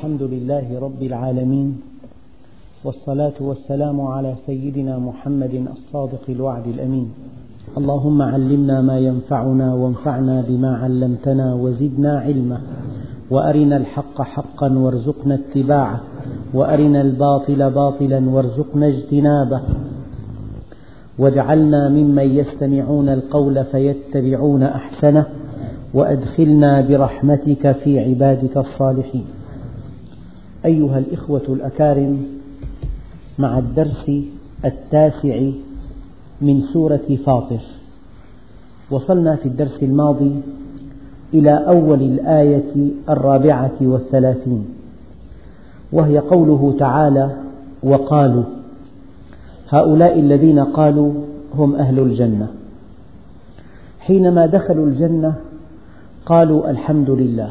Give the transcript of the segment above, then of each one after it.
الحمد لله رب العالمين، والصلاة والسلام على سيدنا محمد الصادق الوعد الأمين. اللهم علمنا ما ينفعنا وانفعنا بما علمتنا وزدنا علما، وأرنا الحق حقا وارزقنا اتباعه، وأرنا الباطل باطلا وارزقنا اجتنابه، واجعلنا ممن يستمعون القول فيتبعون أحسنه، وأدخلنا برحمتك في عبادك الصالحين. أيها الإخوة الأكارم، مع الدرس 9 من سورة فاطر، وصلنا في الدرس الماضي إلى أول الآية 34، وهي قوله تعالى: وقالوا. هؤلاء الذين قالوا هم أهل الجنة، حينما دخلوا الجنة قالوا الحمد لله،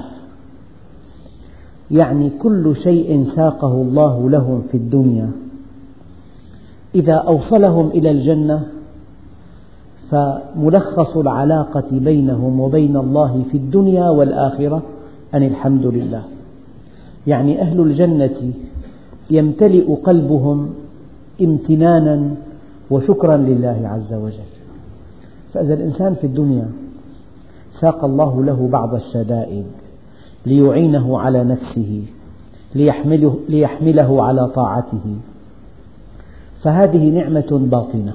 يعني كل شيء ساقه الله لهم في الدنيا إذا أوصلهم إلى الجنة، فملخص العلاقة بينهم وبين الله في الدنيا والآخرة أن الحمد لله. يعني أهل الجنة يمتلئ قلبهم امتنانا وشكرا لله عز وجل. فإذا الإنسان في الدنيا ساق الله له بعض الشدائد ليعينه على نفسه، ليحمله على طاعته، فهذه نعمة باطنة.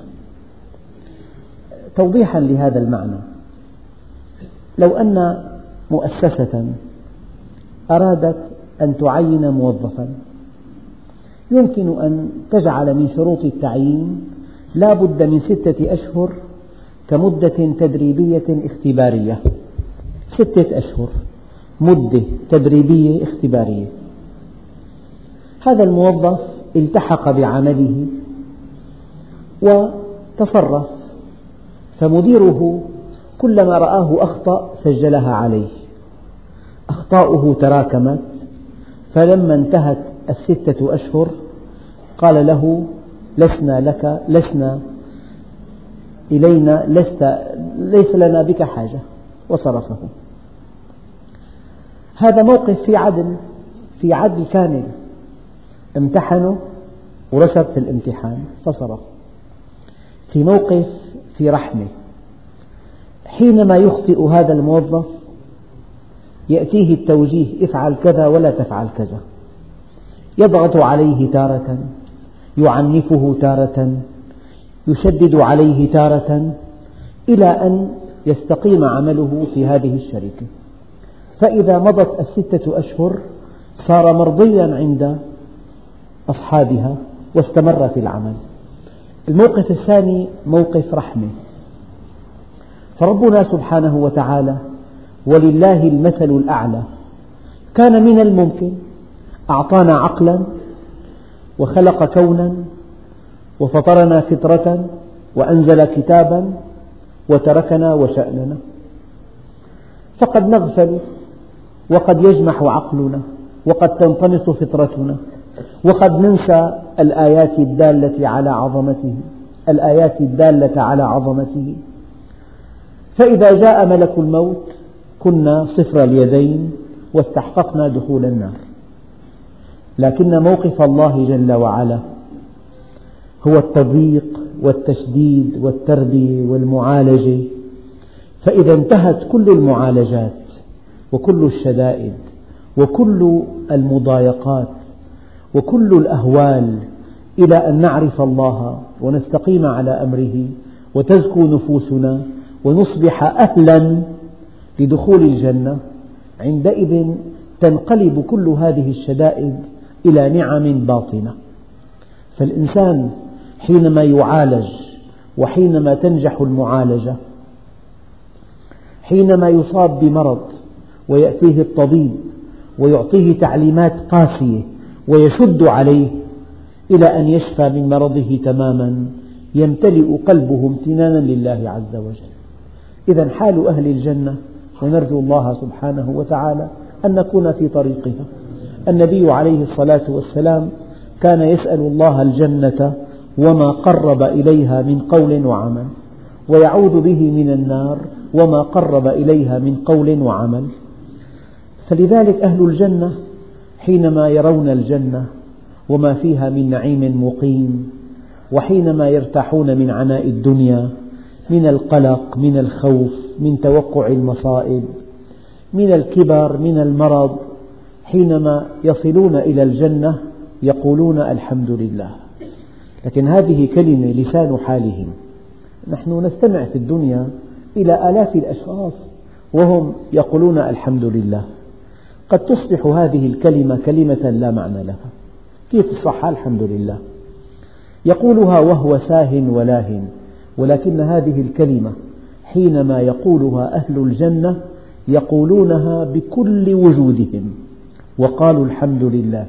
توضيحا لهذا المعنى، لو أن مؤسسة أرادت أن تعين موظفا، يمكن أن تجعل من شروط التعيين لا بد من 6 أشهر كمدة تدريبية اختبارية. 6 أشهر مدة تدريبية اختبارية. هذا الموظف التحق بعمله وتصرف، فمديره كلما رآه أخطأ سجلها عليه. أخطاؤه تراكمت، فلما انتهت 6 أشهر قال له: لسنا إلينا، ليس لنا بك حاجة، وصرفه. هذا موقف في عدل كامل، امتحنه ورسب في الامتحان فصرف. في موقف في رحمة، حينما يخطئ هذا الموظف يأتيه التوجيه: افعل كذا ولا تفعل كذا. يضغط عليه تارة، يعنفه تارة، يشدد عليه تارة، إلى أن يستقيم عمله في هذه الشركة. فإذا مضت 6 أشهر صار مرضيا عند أصحابها واستمر في العمل. الموقف الثاني موقف رحمة، فربنا سبحانه وتعالى ولله المثل الأعلى كان من الممكن أعطانا عقلا وخلق كونا وفطرنا فطرة وأنزل كتابا وتركنا وشأننا، فقد نغفل وقد يجمح عقلنا وقد تنطمس فطرتنا وقد ننسى الآيات الدالة على عظمته. فإذا جاء ملك الموت كنا صفر اليدين واستحققنا دخول النار. لكن موقف الله جل وعلا هو التضييق والتشديد والتربية والمعالجة. فإذا انتهت كل المعالجات وكل الشدائد وكل المضايقات وكل الأهوال إلى أن نعرف الله ونستقيم على أمره وتزكو نفوسنا ونصبح أهلا لدخول الجنة، عندئذ تنقلب كل هذه الشدائد إلى نعم باطنة. فالإنسان حينما يعالج وحينما تنجح المعالجة، حينما يصاب بمرض ويأتيه الطبيب ويعطيه تعليمات قاسية ويشد عليه إلى أن يشفى من مرضه تماما، يمتلئ قلبه امتنانا لله عز وجل. إذا حال أهل الجنة، ونرجو الله سبحانه وتعالى أن نكون في طريقها. النبي عليه الصلاة والسلام كان يسأل الله الجنة وما قرب إليها من قول وعمل، ويعوذ به من النار وما قرب إليها من قول وعمل. فلذلك أهل الجنة حينما يرون الجنة وما فيها من نعيم مقيم، وحينما يرتاحون من عناء الدنيا، من القلق، من الخوف، من توقع المصائب، من الكبر، من المرض، حينما يصلون إلى الجنة يقولون الحمد لله. لكن هذه كلمة لسان حالهم. نحن نستمع في الدنيا إلى آلاف الأشخاص وهم يقولون الحمد لله. قد تصبح هذه الكلمة كلمة لا معنى لها. كيف الصحة؟ الحمد لله، يقولها وهو ساه ولاه، ولكن هذه الكلمة حينما يقولها أهل الجنة يقولونها بكل وجودهم، وقالوا الحمد لله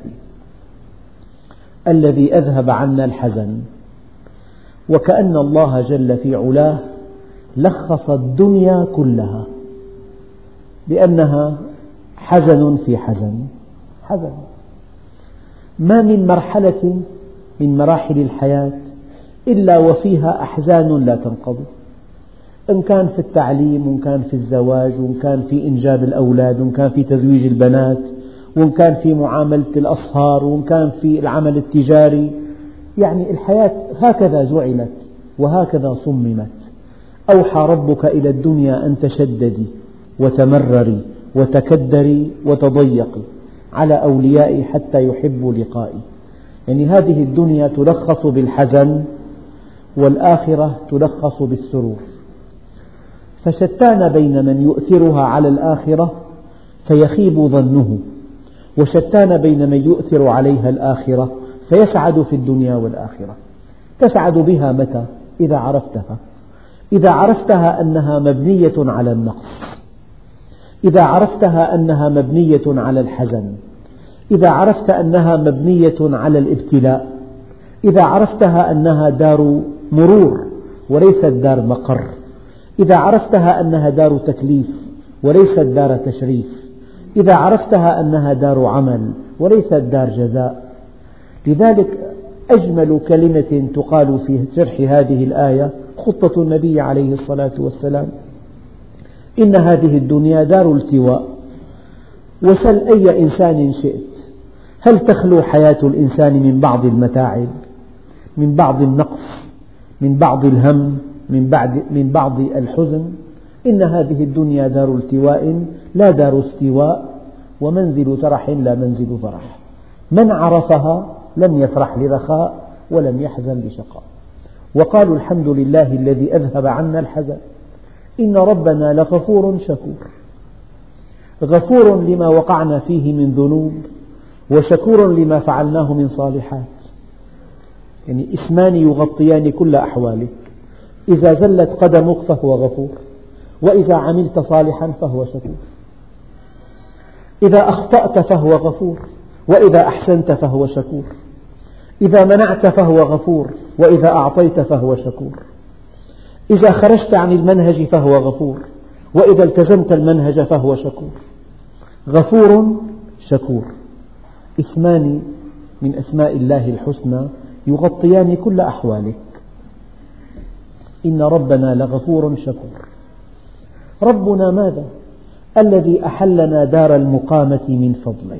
الذي أذهب عنا الحزن. وكأن الله جل في علاه لخص الدنيا كلها بأنها حزن في حزن. ما من مرحلة من مراحل الحياة إلا وفيها أحزان لا تنقضي، إن كان في التعليم، وإن كان في الزواج، وإن كان في إنجاب الأولاد، وإن كان في تزويج البنات، وإن كان في معاملة الأصهار، وإن كان في العمل التجاري. يعني الحياة هكذا جعلت وهكذا صممت. أوحى ربك إلى الدنيا أن تشددي وتمرري وتكدري وتضيقي على أوليائي حتى يحبوا لقائي. يعني هذه الدنيا تلخص بالحزن، والآخرة تلخص بالسرور. فشتان بين من يؤثرها على الآخرة فيخيب ظنه، وشتان بين من يؤثر عليها الآخرة فيسعد في الدنيا والآخرة. تسعد بها متى؟ إذا عرفتها. إذا عرفتها أنها مبنية على النقص، إذا عرفتها أنها مبنية على الحزن، إذا عرفت أنها مبنية على الابتلاء، إذا عرفتها أنها دار مرور وليست دار مقر، إذا عرفتها أنها دار تكليف وليست دار تشريف، إذا عرفتها أنها دار عمل وليست دار جزاء. لذلك أجمل كلمة تقال في شرح هذه الآية خطة النبي عليه الصلاة والسلام: إن هذه الدنيا دار التواء، وسل أي إنسان شئت، هل تخلو حياة الإنسان من بعض المتاعب، من بعض النقص، من بعض الهم، من بعض الحزن؟ إن هذه الدنيا دار التواء لا دار استواء، ومنزل ترح لا منزل فرح. من عرفها لم يفرح لرخاء ولم يحزن لشقاء. وقالوا الحمد لله الذي أذهب عنا الحزن إن ربنا لغفور شكور. غفور لما وقعنا فيه من ذنوب، وشكور لما فعلناه من صالحات. يعني اسمان يغطيان كل أحوالك: إذا زلت قدمك فهو غفور، وإذا عملت صالحا فهو شكور. إذا أخطأت فهو غفور، وإذا أحسنت فهو شكور. إذا منعت فهو غفور، وإذا أعطيت فهو شكور. إذا خرجت عن المنهج فهو غفور، وإذا التزمت المنهج فهو شكور. غفور شكور، اسمان من أسماء الله الحسنى يغطيان كل أحوالك. إن ربنا لغفور شكور. ربنا ماذا؟ الذي أحلنا دار المقامة من فضله.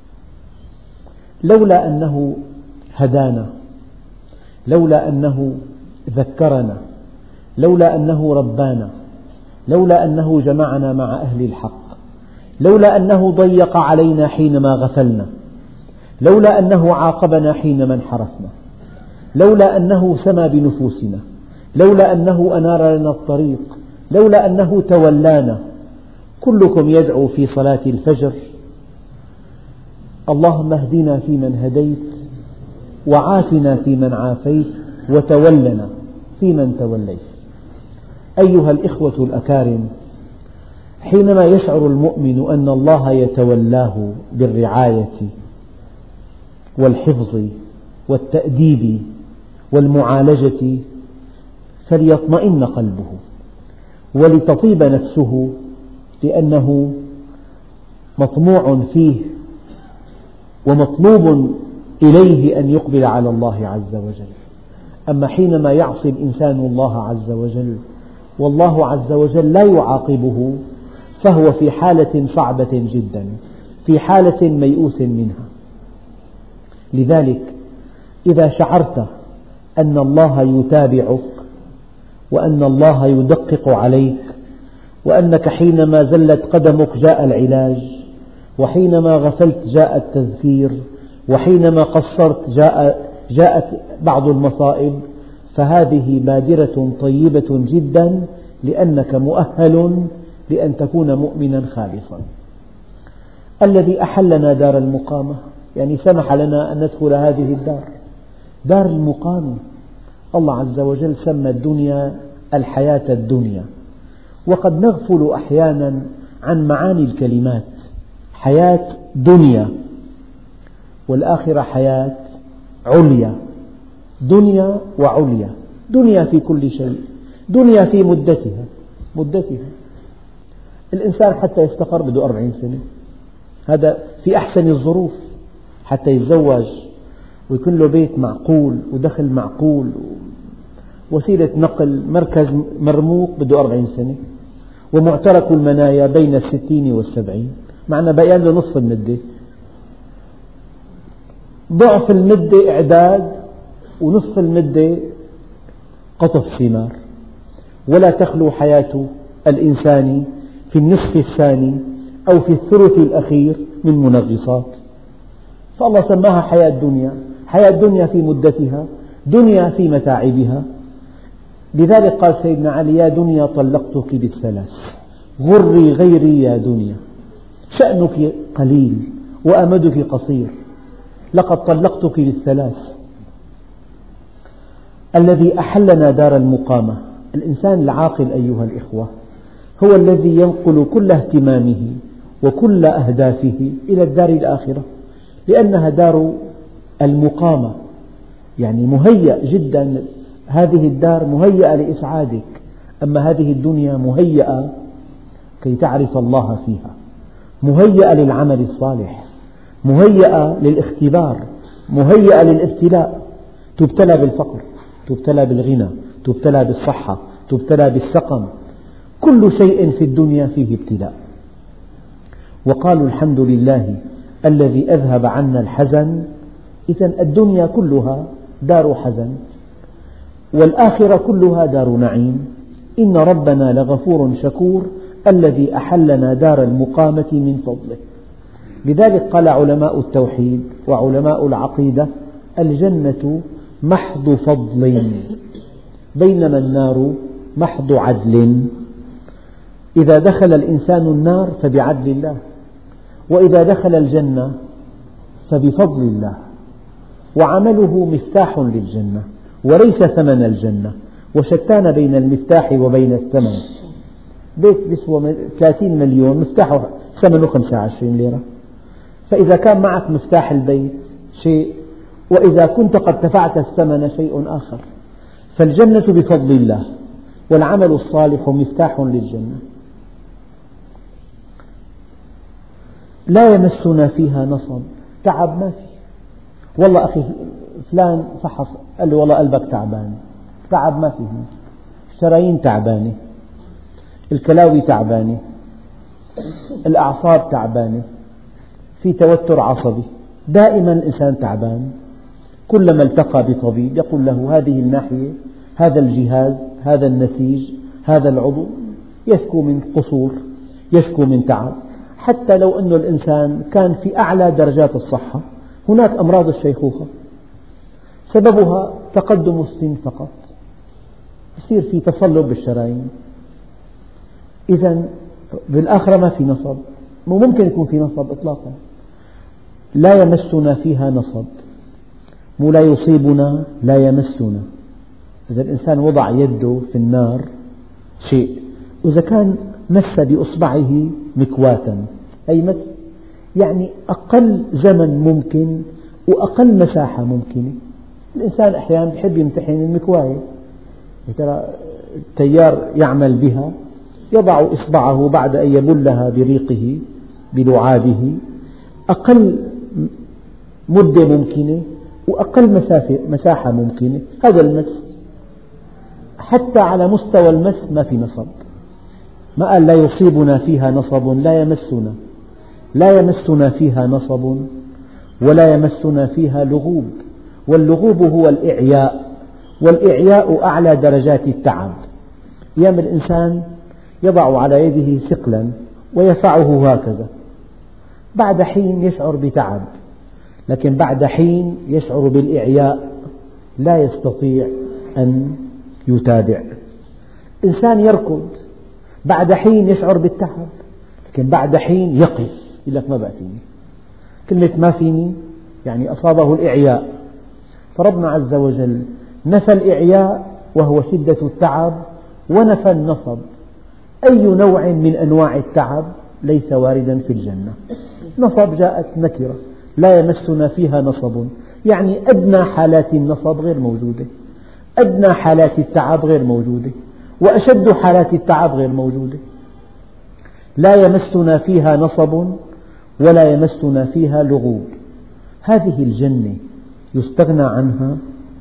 لولا أنه هدانا، لولا أنه ذكرنا، لولا أنه ربانا، لولا أنه جمعنا مع أهل الحق، لولا أنه ضيق علينا حينما غفلنا، لولا أنه عاقبنا حينما انحرفنا، لولا أنه سمى بنفوسنا، لولا أنه أنار لنا الطريق، لولا أنه تولانا. كلكم يدعو في صلاة الفجر: اللهم اهدنا فيمن هديت، وعافنا فيمن عافيت، وتولنا فيمن توليت. أيها الإخوة الأكارم، حينما يشعر المؤمن أن الله يتولاه بالرعاية والحفظ والتأديب والمعالجة فليطمئن قلبه ولتطيب نفسه، لأنه مطموع فيه ومطلوب إليه أن يقبل على الله عز وجل. أما حينما يعصي الإنسان الله عز وجل والله عز وجل لا يعاقبه فهو في حالة صعبة جدا، في حالة ميؤوس منها. لذلك إذا شعرت أن الله يتابعك وأن الله يدقق عليك وأنك حينما زلت قدمك جاء العلاج، وحينما غفلت جاء التذكير، وحينما قصرت جاءت بعض المصائب، فهذه بادرة طيبة جدا، لأنك مؤهل لأن تكون مؤمنا خالصا. الذي أحلنا دار المقامة، يعني سمح لنا أن ندخل هذه الدار، دار المقامة. الله عز وجل سمى الدنيا الحياة الدنيا، وقد نغفل أحيانا عن معاني الكلمات. حياة دنيا، والآخرة حياة عليا. دنيا وعليا، دنيا في كل شيء، دنيا في مدتها. الإنسان حتى يستقر بده 40 سنة، هذا في أحسن الظروف، حتى يتزوج ويكون له بيت معقول ودخل معقول وسيلة نقل مركز مرموق بده 40 سنة، ومعترك المنايا بين 60 و70، معنى بقيان له نصف المدة، ضعف المدة إعداد ونصف المدة قطف ثمار. ولا تخلو حياة الإنسان في النصف الثاني أو في الثلث الأخير من منغصات، فالله سماها حياة دنيا. حياة دنيا في مدتها، دنيا في متاعبها. لذلك قال سيدنا علي: يا دنيا طلقتك بالثلاث، غري غيري يا دنيا، شأنك قليل وأمدك قصير، لقد طلقتك بالثلاث. الذي أحلنا دار المقامة، الإنسان العاقل أيها الإخوة، هو الذي ينقل كل اهتمامه وكل أهدافه إلى الدار الآخرة، لأنها دار المقامة، يعني مهيأ جدا. هذه الدار مهيئة لإسعادك، أما هذه الدنيا مهيئة كي تعرف الله فيها، مهيئة للعمل الصالح، مهيئة للاختبار، مهيئة للابتلاء. تبتلى بالفقر، تبتلى بالغنى، تبتلى بالصحة، تبتلى بالسقم، كل شيء في الدنيا فيه ابتلاء. وقالوا الحمد لله الذي أذهب عنا الحزن. إذن الدنيا كلها دار حزن، والآخرة كلها دار نعيم. إن ربنا لغفور شكور الذي أحلنا دار المقامة من فضله. لذلك قال علماء التوحيد وعلماء العقيدة: الجنة محض فضل، بينما النار محض عدل. إذا دخل الإنسان النار فبعدل الله، وإذا دخل الجنة فبفضل الله، وعمله مفتاح للجنة وليس ثمن الجنة، وشتان بين المفتاح وبين الثمن. بيت يسوى 30 مليون، مفتاحه ثمنه 25 ليرة، فإذا كان معك مفتاح البيت شيء، وإذا كنت قد دفعت الثمن شيء آخر. فالجنة بفضل الله، والعمل الصالح مفتاح للجنة. لا يمسنا فيها نصب، تعب ما في. والله أخي فلان فحص قال له: والله قلبك تعبان، تعب ما فيه، الشرايين تعبانة، الكلاوي تعبانة، الأعصاب تعبانة، في توتر عصبي، دائما الإنسان تعبان. كلما التقى بطبيب يقول له: هذه الناحية، هذا الجهاز، هذا النسيج، هذا العضو يشكو من قصور، يشكو من تعب. حتى لو أن الإنسان كان في أعلى درجات الصحة، هناك أمراض الشيخوخة سببها تقدم السن فقط، يصير في تصلب بالشرايين. إذن بالآخرة ما في نصب، مو ممكن يكون في نصب إطلاقا. لا يمسنا فيها نصب، مو لا يصيبنا، لا يمسنا. إذا الإنسان وضع يده في النار شيء، وإذا كان مس بإصبعه مكواة، أي مس يعني أقل زمن ممكن وأقل مساحة ممكنة. الإنسان أحيانا يحب يمتحن المكواة، ترى التيار يعمل بها، يضع إصبعه بعد أن يبلها بريقه بلعابه، أقل مدة ممكنة وأقل مساحة ممكنة، هذا المس. حتى على مستوى المس ما في نصب، ما قال لا يصيبنا فيها نصب، لا يمسنا، لا يمسنا فيها نصب ولا يمسنا فيها لغوب، واللغوب هو الإعياء، والإعياء أعلى درجات التعب. أيام الإنسان يضع على يده ثقلا ويرفعه هكذا، بعد حين يشعر بتعب، لكن بعد حين يشعر بالإعياء، لا يستطيع أن يتابع. إنسان يركض، بعد حين يشعر بالتعب، لكن بعد حين يقف، يقول لك ما بقى فيني. كلمة ما فيني يعني أصابه الإعياء. فربنا عز وجل نفى الإعياء وهو شدة التعب، ونفى النصب. أي نوع من أنواع التعب ليس واردا في الجنة. نصب جاءت نكرة، لا يمسنا فيها نصب، يعني أدنى حالات النصب غير موجودة، أدنى حالات التعب غير موجودة، وأشد حالات التعب غير موجودة. لا يمسنا فيها نصب ولا يمسنا فيها لغوب. هذه الجنة يستغنى عنها؟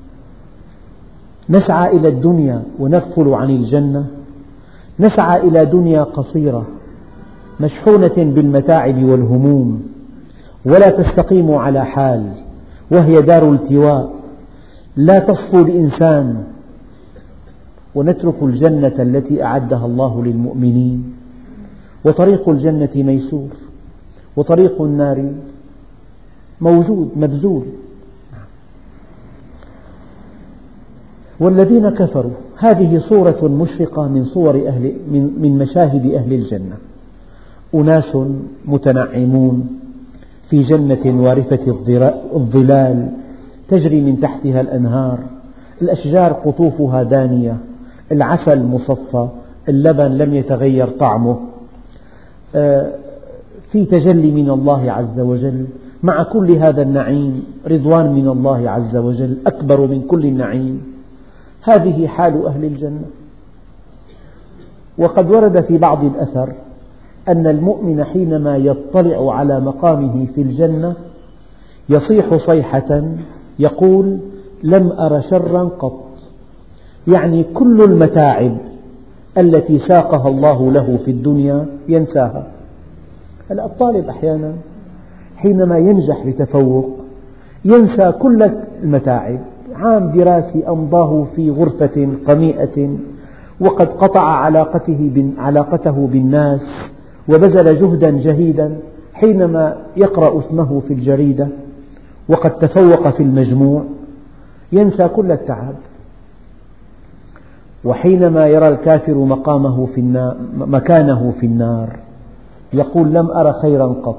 نسعى إلى الدنيا ونغفل عن الجنة؟ نسعى إلى دنيا قصيرة مشحونة بالمتاعب والهموم، ولا تستقيم على حال، وهي دار التواء لا تصفو الإنسان، ونترك الجنة التي أعدها الله للمؤمنين. وطريق الجنة ميسور، وطريق النار موجود مبذول. والذين كفروا، هذه صورة مشرقة من مشاهد أهل الجنة. أناس متنعمون في جنة وارفة الظلال تجري من تحتها الأنهار، الأشجار قطوفها دانية، العسل مصفى، اللبن لم يتغير طعمه، في تجلي من الله عز وجل. مع كل هذا النعيم رضوان من الله عز وجل أكبر من كل النعيم. هذه حال أهل الجنة. وقد ورد في بعض الأثر أن المؤمن حينما يطلع على مقامه في الجنة يصيح صيحة يقول: لم أر شرا قط. يعني كل المتاعب التي ساقها الله له في الدنيا ينساها. الطالب أحيانا حينما ينجح بتفوق ينسى كل المتاعب، عام دراسي أمضاه في غرفة قميئة، وقد قطع علاقته بالناس، وبذل جهدا جهيدا. حينما يقرأ اسمه في الجريدة وقد تفوق في المجموع ينسى كل التعب. وحينما يرى الكافر مكانه في النار يقول: لم أر خيرا قط.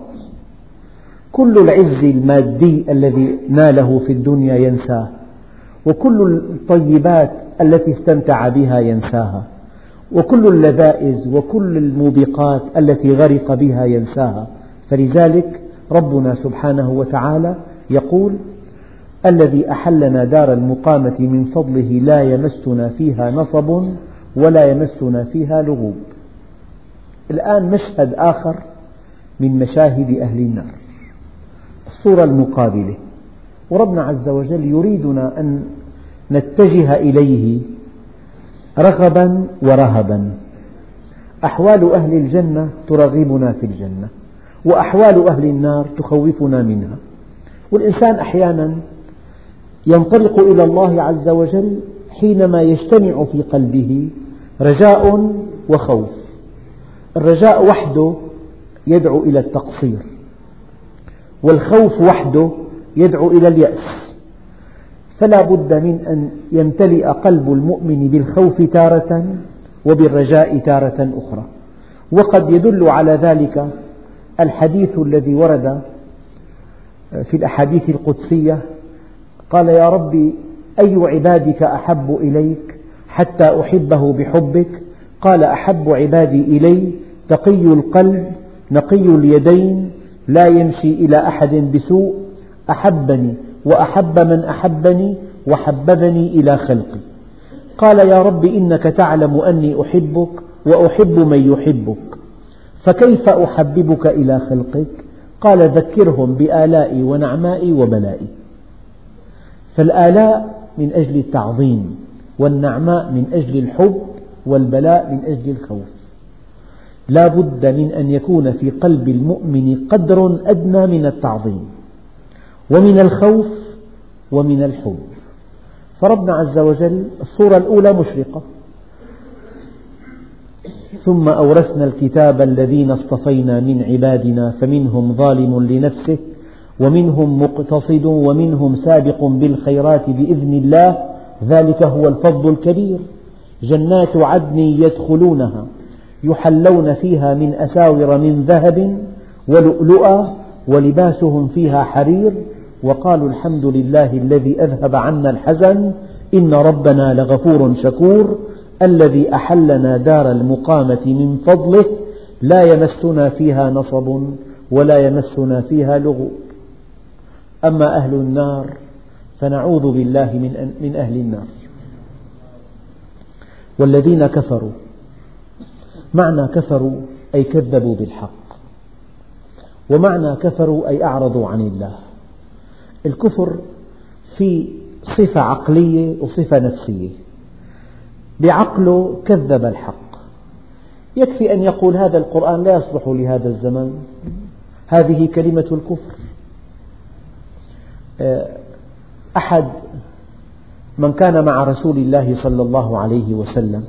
كل العز المادي الذي ناله في الدنيا ينساه، وكل الطيبات التي استمتع بها ينساها، وكل اللذائذ وكل الموبقات التي غرق بها ينساها. فلذلك ربنا سبحانه وتعالى يقول: الذي أحلنا دار المقامة من فضله لا يمسنا فيها نصب ولا يمسنا فيها لغوب. الآن مشهد آخر من مشاهد أهل النار، الصورة المقابلة. وربنا عز وجل يريدنا أن نتجه إليه رغبا ورهبا. أحوال أهل الجنة ترغبنا في الجنة، وأحوال أهل النار تخوفنا منها. والإنسان أحيانا ينطلق إلى الله عز وجل حينما يجتمع في قلبه رجاء وخوف. الرجاء وحده يدعو إلى التقصير، والخوف وحده يدعو إلى اليأس. فلا بد من أن يمتلئ قلب المؤمن بالخوف تارة وبالرجاء تارة أخرى. وقد يدل على ذلك الحديث الذي ورد في الأحاديث القدسية: قال: يا ربي، أي عبادك أحب إليك حتى أحبه بحبك؟ قال: أحب عبادي إلي تقي القلب نقي اليدين لا يمشي إلى أحد بسوء، أحبني وأحب من أحبني وحببني إلى خلقي. قال: يا رب، إنك تعلم أني أحبك وأحب من يحبك، فكيف أحببك إلى خلقك؟ قال: ذكرهم بآلائي ونعمائي وبلائي. فالآلاء من أجل التعظيم، والنعماء من أجل الحب، والبلاء من أجل الخوف. لا بد من أن يكون في قلب المؤمن قدر أدنى من التعظيم ومن الخوف ومن الحب. فربنا عز وجل الصورة الأولى مشرقة: ثم أورثنا الكتاب الذين اصطفينا من عبادنا فمنهم ظالم لنفسه ومنهم مقتصد ومنهم سابق بالخيرات بإذن الله ذلك هو الفضل الكبير. جنات عدن يدخلونها يحلون فيها من أساور من ذهب ولؤلؤا ولباسهم فيها حرير وقالوا الحمد لله الذي أذهب عنا الحزن إن ربنا لغفور شكور الذي أحلنا دار المقامة من فضله لا يمسنا فيها نصب ولا يمسنا فيها لغوب. أما أهل النار فنعوذ بالله من أهل النار. والذين كفروا، معنى كفروا أي كذبوا بالحق، ومعنى كفروا أي أعرضوا عن الله. الكفر في صفة عقلية وصفة نفسية. بعقله كذب الحق، يكفي أن يقول هذا القرآن لا يصلح لهذا الزمان، هذه كلمة الكفر. أحد من كان مع رسول الله صلى الله عليه وسلم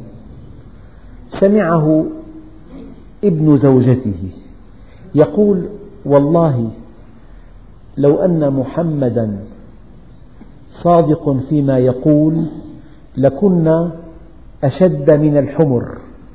سمعه ابن زوجته يقول: والله لو أن محمدا صادق فيما يقول لكنا أشد من الحمر.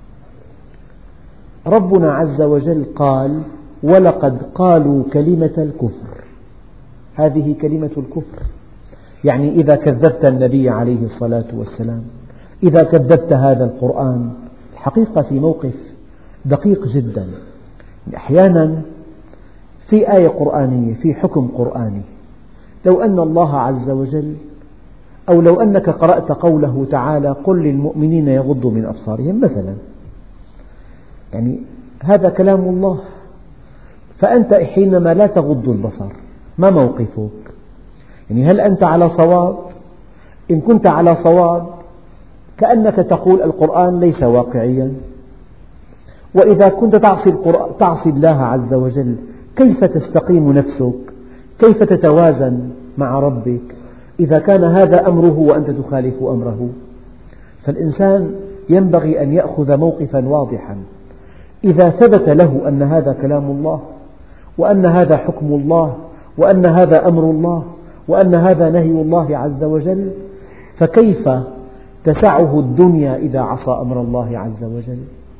ربنا عز وجل قال: ولقد قالوا كلمة الكفر. هذه كلمة الكفر، يعني إذا كذبت النبي عليه الصلاة والسلام، إذا كذبت هذا القرآن، الحقيقة في موقف دقيق جدا. أحيانا في آية قرآنية، في حكم قرآني، لو أن الله عز وجل أو لو أنك قرأت قوله تعالى: قل للمؤمنين يغضوا من أبصارهم مثلا، يعني هذا كلام الله، فأنت حينما لا تغض البصر ما موقفك؟ يعني هل أنت على صواب؟ إن كنت على صواب كأنك تقول القرآن ليس واقعيا. وإذا كنت تعصي الله عز وجل كيف تستقيم نفسك؟ كيف تتوازن مع ربك إذا كان هذا أمره وأنت تخالف أمره؟ فالإنسان ينبغي أن يأخذ موقفا واضحا. إذا ثبت له أن هذا كلام الله وأن هذا حكم الله وأن هذا أمر الله وأن هذا نهي الله عز وجل، فكيف تسعه الدنيا إذا عصى أمر الله عز وجل؟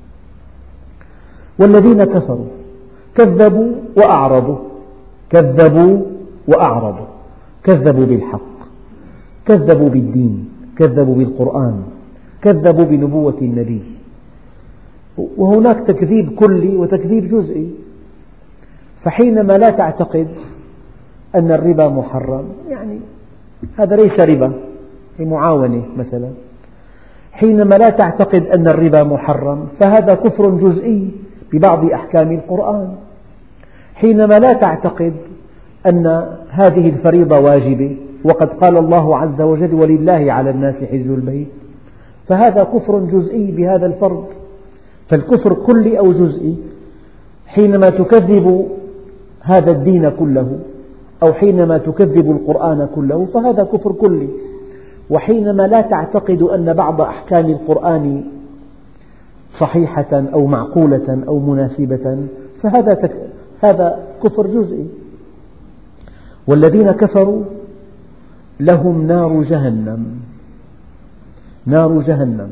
والذين كفروا كذبوا وأعرضوا، كذبوا وأعرضوا، كذبوا بالحق، كذبوا بالدين، كذبوا بالقرآن، كذبوا بنبوة النبي. وهناك تكذيب كلي وتكذيب جزئي. فحينما لا تعتقد أن الربا محرم، يعني هذا ليس ربا، هي معاونة مثلا. حينما لا تعتقد أن الربا محرم فهذا كفر جزئي ببعض أحكام القرآن. حينما لا تعتقد أن هذه الفريضة واجبة وقد قال الله عز وجل: ولله على الناس حج البيت، فهذا كفر جزئي بهذا الفرض. فالكفر كلي أو جزئي. حينما تكذب هذا الدين كله أو حينما تكذب القرآن كله فهذا كفر كلي. وحينما لا تعتقد أن بعض أحكام القرآن صحيحة أو معقولة أو مناسبة فهذا كفر جزئي. والذين كفروا لهم نار جهنم، نار جهنم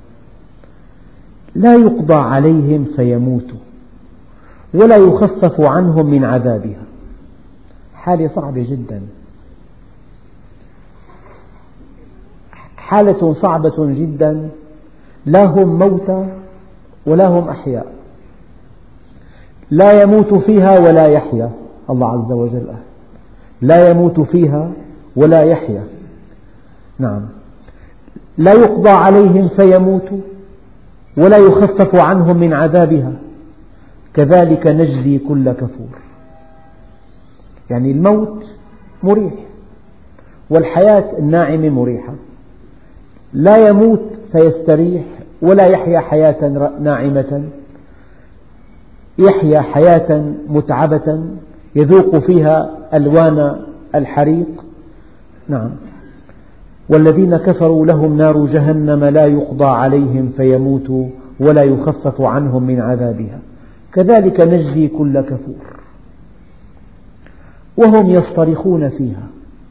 لا يقضى عليهم فيموتوا ولا يخفف عنهم من عذابها. حالة صعبة جدا، حالة صعبة جدا. لا هم موتى ولا هم أحياء، لا يموت فيها ولا يحيا. الله عز وجل لا يموت فيها ولا يحيا. نعم، لا يقضى عليهم فيموتوا ولا يخفف عنهم من عذابها كذلك نجزي كل كفور. يعني الموت مريح والحياة الناعمة مريحة. لا يموت فيستريح ولا يحيا حياة ناعمة. يحيا حياة متعبة يذوق فيها ألوان الحريق. نعم. والذين كفروا لهم نار جهنم لا يقضى عليهم فيموتوا ولا يخفف عنهم من عذابها كذلك نجزي كل كفور. وهم يصطرخون فيها،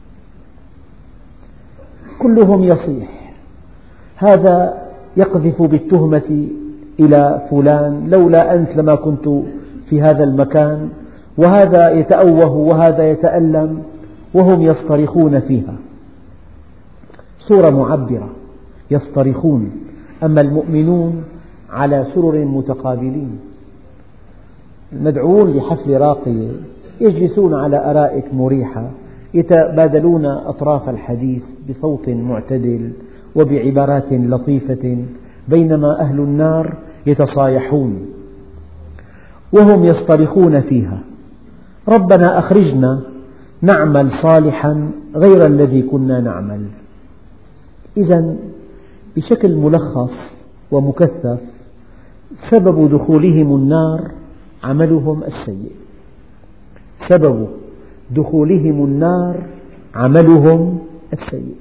كلهم يصيح، هذا يقذف بالتهمة إلى فلان لولا أنت لما كنت في هذا المكان، وهذا يتأوه وهذا يتألم، وهم يصطرخون فيها. صورة معبرة، يصطرخون. أما المؤمنون على سرر متقابلين، المدعوون لحفل راقية يجلسون على أرائك مريحة يتبادلون أطراف الحديث بصوت معتدل وبعبارات لطيفة، بينما أهل النار يتصايحون. وهم يصطرخون فيها ربنا أخرجنا نعمل صالحا غير الذي كنا نعمل. إذن بشكل ملخص ومكثف سبب دخولهم النار عملهم السيء، سبب دخولهم النار عملهم السيء.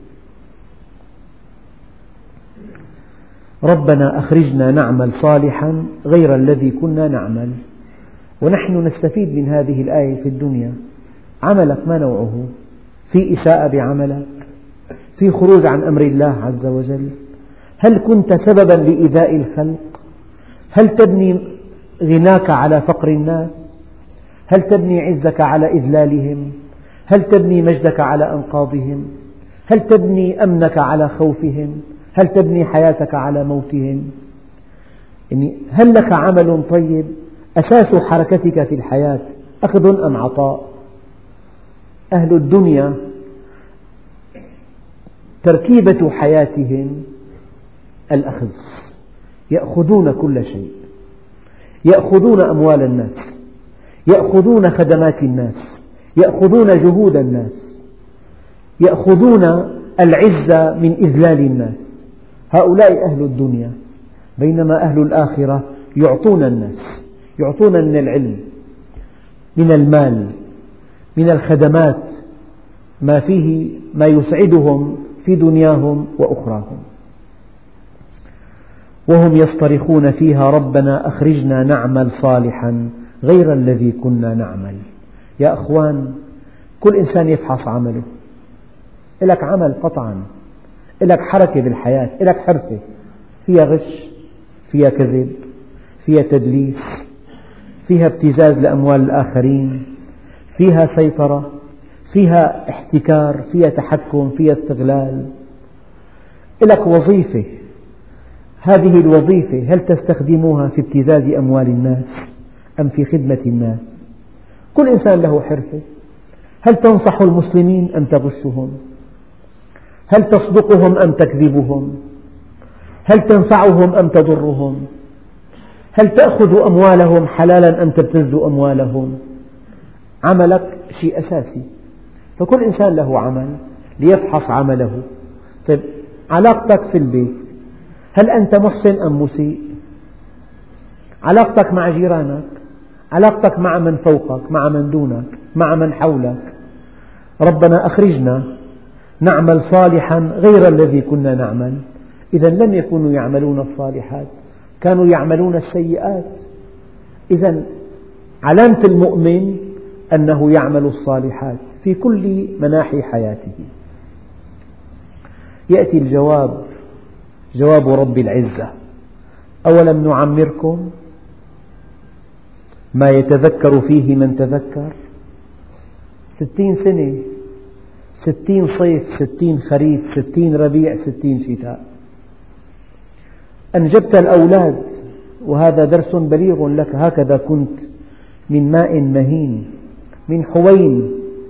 ربنا أخرجنا نعمل صالحا غير الذي كنا نعمل. ونحن نستفيد من هذه الآية في الدنيا. عملك ما نوعه؟ في إساءة بعملك؟ في خروج عن أمر الله عز وجل؟ هل كنت سببا لإيذاء الخلق؟ هل تبني غناك على فقر الناس؟ هل تبني عزك على إذلالهم؟ هل تبني مجدك على أنقاضهم؟ هل تبني أمنك على خوفهم؟ هل تبني حياتك على موتهم؟ هل لك عمل طيب أساس حركتك في الحياة أخذ أم عطاء؟ أهل الدنيا تركيبة حياتهم الأخذ، يأخذون كل شيء، يأخذون أموال الناس، يأخذون خدمات الناس، يأخذون جهود الناس، يأخذون العزة من إذلال الناس. هؤلاء أهل الدنيا. بينما أهل الآخرة يعطون الناس، يعطون من العلم، من المال، من الخدمات، ما فيه ما يسعدهم في دنياهم وأخراهم. وهم يصطرخون فيها ربنا أخرجنا نعمل صالحا غير الذي كنا نعمل. يا أخوان، كل إنسان يفحص عمله. لك عمل قطعا، لك حركة بالحياة، لك حرفة فيها غش، فيها كذب، فيها تدليس، فيها ابتزاز لأموال الآخرين، فيها سيطرة، فيها احتكار، فيها تحكم، فيها استغلال. لك وظيفة، هذه الوظيفة هل تستخدمها في ابتزاز أموال الناس أم في خدمة الناس؟ كل إنسان له حرفة. هل تنصح المسلمين أم تغشهم؟ هل تصدقهم أم تكذبهم؟ هل تنفعهم أم تضرهم؟ هل تأخذ أموالهم حلالا أم تبتز أموالهم؟ عملك شيء أساسي، فكل إنسان له عمل ليفحص عمله. طيب، علاقتك في البيت، هل أنت محسن أم مسيء؟ علاقتك مع جيرانك، علاقتك مع من فوقك، مع من دونك، مع من حولك. ربنا أخرجنا نعمل صالحا غير الذي كنا نعمل. إذا لم يكونوا يعملون الصالحات، كانوا يعملون السيئات. إذا علامة المؤمن أنه يعمل الصالحات في كل مناحي حياته. يأتي الجواب، جواب رب العزة: أولم نعمركم ما يتذكر فيه من تذكر. 60 سنة، 60 صيف، 60 خريف، 60 ربيع، 60 شتاء. أنجبت الأولاد، وهذا درس بليغ لك. هكذا كنت من ماء مهين، من حوين،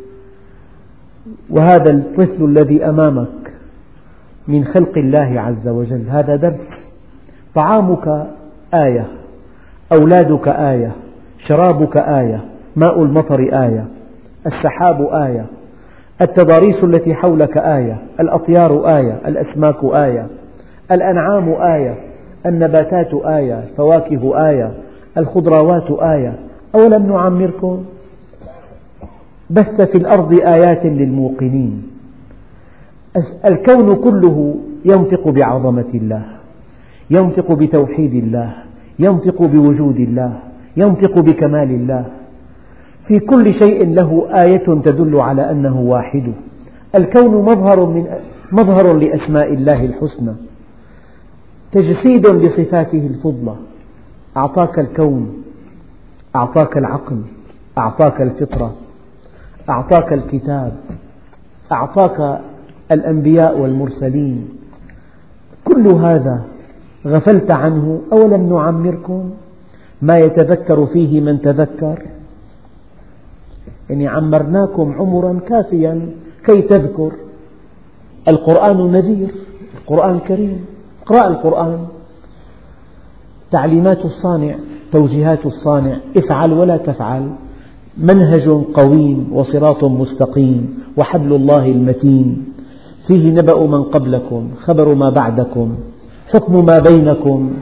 وهذا الطفل الذي أمامك من خلق الله عز وجل. هذا درس. طعامك آية، أولادك آية، شرابك آية، ماء المطر آية، السحاب آية، التضاريس التي حولك آية، الأطيار آية، الأسماك آية، الأنعام آية، النباتات آية، الفواكه آية، الخضروات آية، أولم نعمركم؟ بث في الأرض آيات للموقنين. الكون كله ينطق بعظمة الله، ينطق بتوحيد الله، ينطق بوجود الله، ينطق بكمال الله. في كل شيء له آية تدل على أنه واحد. الكون مظهر لأسماء الله الحسنى، تجسيد لصفاته الفضلى. أعطاك الكون، أعطاك العقل، أعطاك الفطرة، أعطاك الكتاب، أعطاك الأنبياء والمرسلين. كل هذا غفلت عنه. أولم نعمركم ما يتذكر فيه من تذكر؟ يعني عمرناكم عمرا كافيا كي تذكر. القرآن نذير، القرآن كريم. اقرأ القرآن، تعليمات الصانع، توجيهات الصانع، افعل ولا تفعل، منهج قويم وصراط مستقيم وحبل الله المتين، فيه نبأ من قبلكم، خبر ما بعدكم، حكم ما بينكم،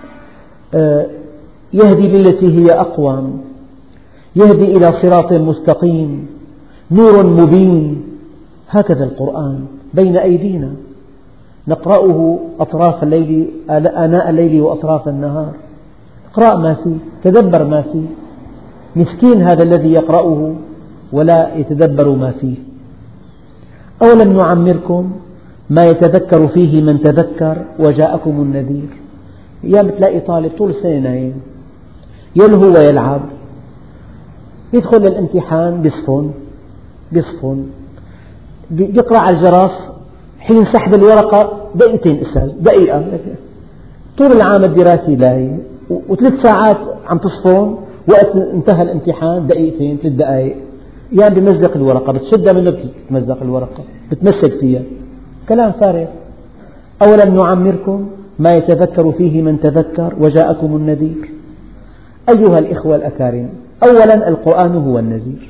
يهدي للتي هي أقوم، يهدي إلى صراط مستقيم، نور مبين. هكذا القرآن بين أيدينا، نقرأه أطراف الليل، آناء الليل وأطراف النهار. اقرأ ما فيه، تدبر ما فيه. مسكين هذا الذي يقرأه ولا يتدبر ما فيه. أولم نعمركم ما يتذكر فيه من تذكر وجاءكم النذير. أيام تلاقي طالب طول السنة نايم، يلهو ويلعب، يدخل الامتحان بيصفن، يقرأ على الجرس، حين سحب الورقة دقيقتين أستاذ، دقيقة. طول العام الدراسي لاهي، و3 ساعات عم تصفن، وقت انتهى الامتحان دقيقتين 3 دقائق. يعني بمزق الورقة، بتشدها منه بتمزق الورقة، بتمسك فيها. كلام فارغ. أولم نعمركم ما يتذكر فيه من تذكر وجاءكم النذير. أيها الإخوة الأكارم، أولا القرآن هو النذير.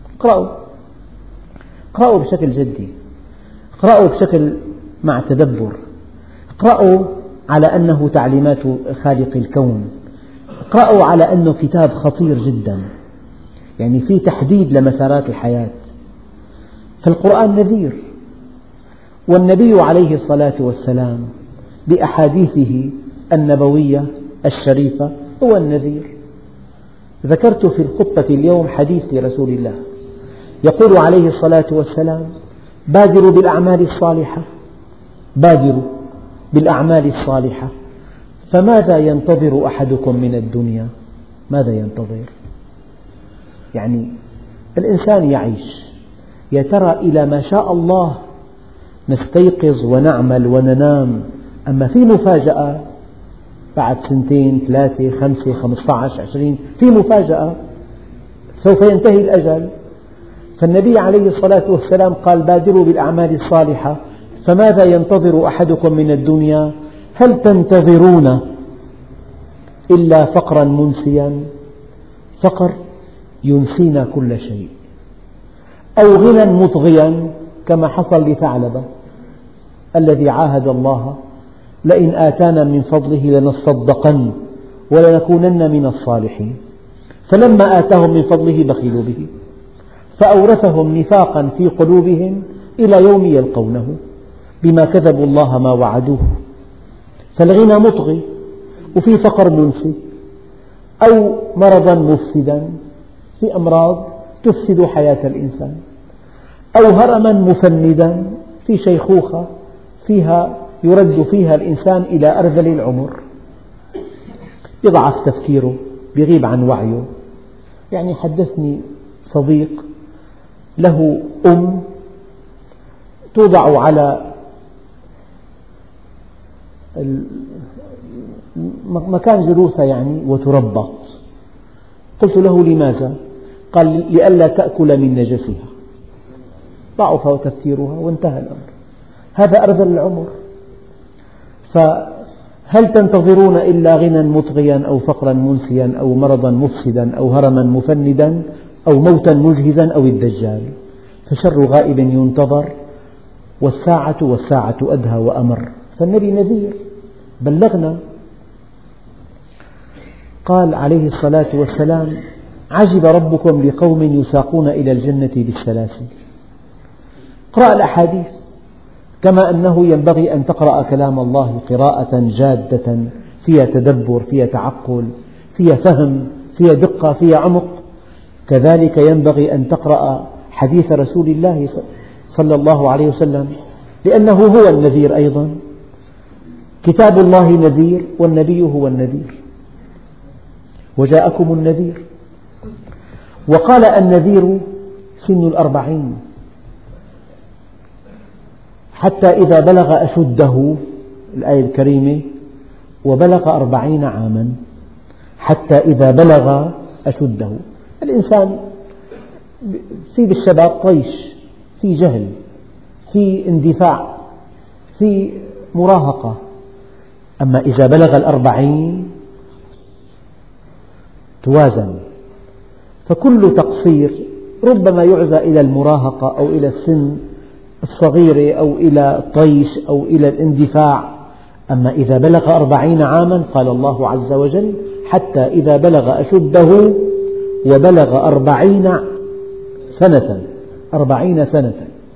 اقرأوا بشكل جدي، اقرأوا بشكل مع تدبر، اقرأوا على أنه تعليمات خالق الكون، اقرأوا على أنه كتاب خطير جدا، يعني في تحديد لمسارات الحياة. فالقرآن نذير، والنبي عليه الصلاة والسلام بأحاديثه النبوية الشريفة هو النذير. ذكرت في الخطبة اليوم حديث لرسول الله يقول عليه الصلاة والسلام: بادروا بالأعمال الصالحة، بادروا بالأعمال الصالحة، فماذا ينتظر أحدكم من الدنيا؟ ماذا ينتظر؟ يعني الإنسان يعيش، يا ترى إلى ما شاء الله نستيقظ ونعمل وننام، أما في مفاجأة بعد 2 3 5 15 20، في مفاجأة، سوف ينتهي الأجل. فالنبي عليه الصلاة والسلام قال: بادروا بالأعمال الصالحة، فماذا ينتظر أحدكم من الدنيا؟ هل تنتظرون إلا فقرا منسيا، فقر ينسينا كل شيء، أو غنى مطغيا كما حصل لثعلبة الذي عاهد الله: لئن آتانا من فضله لنصدقن ولنكونن من الصالحين، فلما آتاهم من فضله بخلوا به، فأورثهم نفاقا في قلوبهم إلى يوم يلقونه بما كذبوا الله ما وعدوه. فالغنى مطغي، وفي فقر منسي، أو مرضا مفسدا، في أمراض تفسد حياة الإنسان، أو هرما مفندا، في شيخوخة يرد فيها الإنسان إلى أرذل العمر، يضعف تفكيره، يغيب عن وعيه. يعني حدثني صديق له أم توضع على مكان جلوسها يعني وتربط. قلت له: لماذا؟ قال: لئلا تأكل من نجسها. ضعف تفكيرها وانتهى الأمر. هذا أرذل العمر. فهل تنتظرون إلا غنى مطغيا أو فقرا منسيا أو مرضا مفسدا أو هرما مفندا أو موتا مجهزا أو الدجال؟ فشر غائب ينتظر، والساعة أدهى وأمر. فالنبي نذير، بلغنا. قال عليه الصلاة والسلام: عجب ربكم لقوم يساقون إلى الجنة بالسلاسل. اقرأ الأحاديث، كما أنه ينبغي أن تقرأ كلام الله قراءة جادة فيها تدبر، فيها تعقل، فيها فهم، فيها دقة، فيها عمق، كذلك ينبغي أن تقرأ حديث رسول الله صلى الله عليه وسلم، لأنه هو النذير أيضا. كتاب الله نذير، والنبي هو النذير. وجاءكم النذير. وقال: النذير سن 40، حتى إذا بلغ أشده، الآية الكريمة: وبلغ 40 عاما، حتى إذا بلغ أشده. الإنسان في بالشباب طيش، في جهل، في اندفاع، في مراهقة، أما إذا بلغ 40 توازن. فكل تقصير ربما يعزى إلى المراهقة أو إلى السن الصغيرة أو إلى الطيش أو إلى الاندفاع، أما إذا بلغ 40 عاما قال الله عز وجل: حتى إذا بلغ أشده وبلغ 40 سنة. 40 سنة.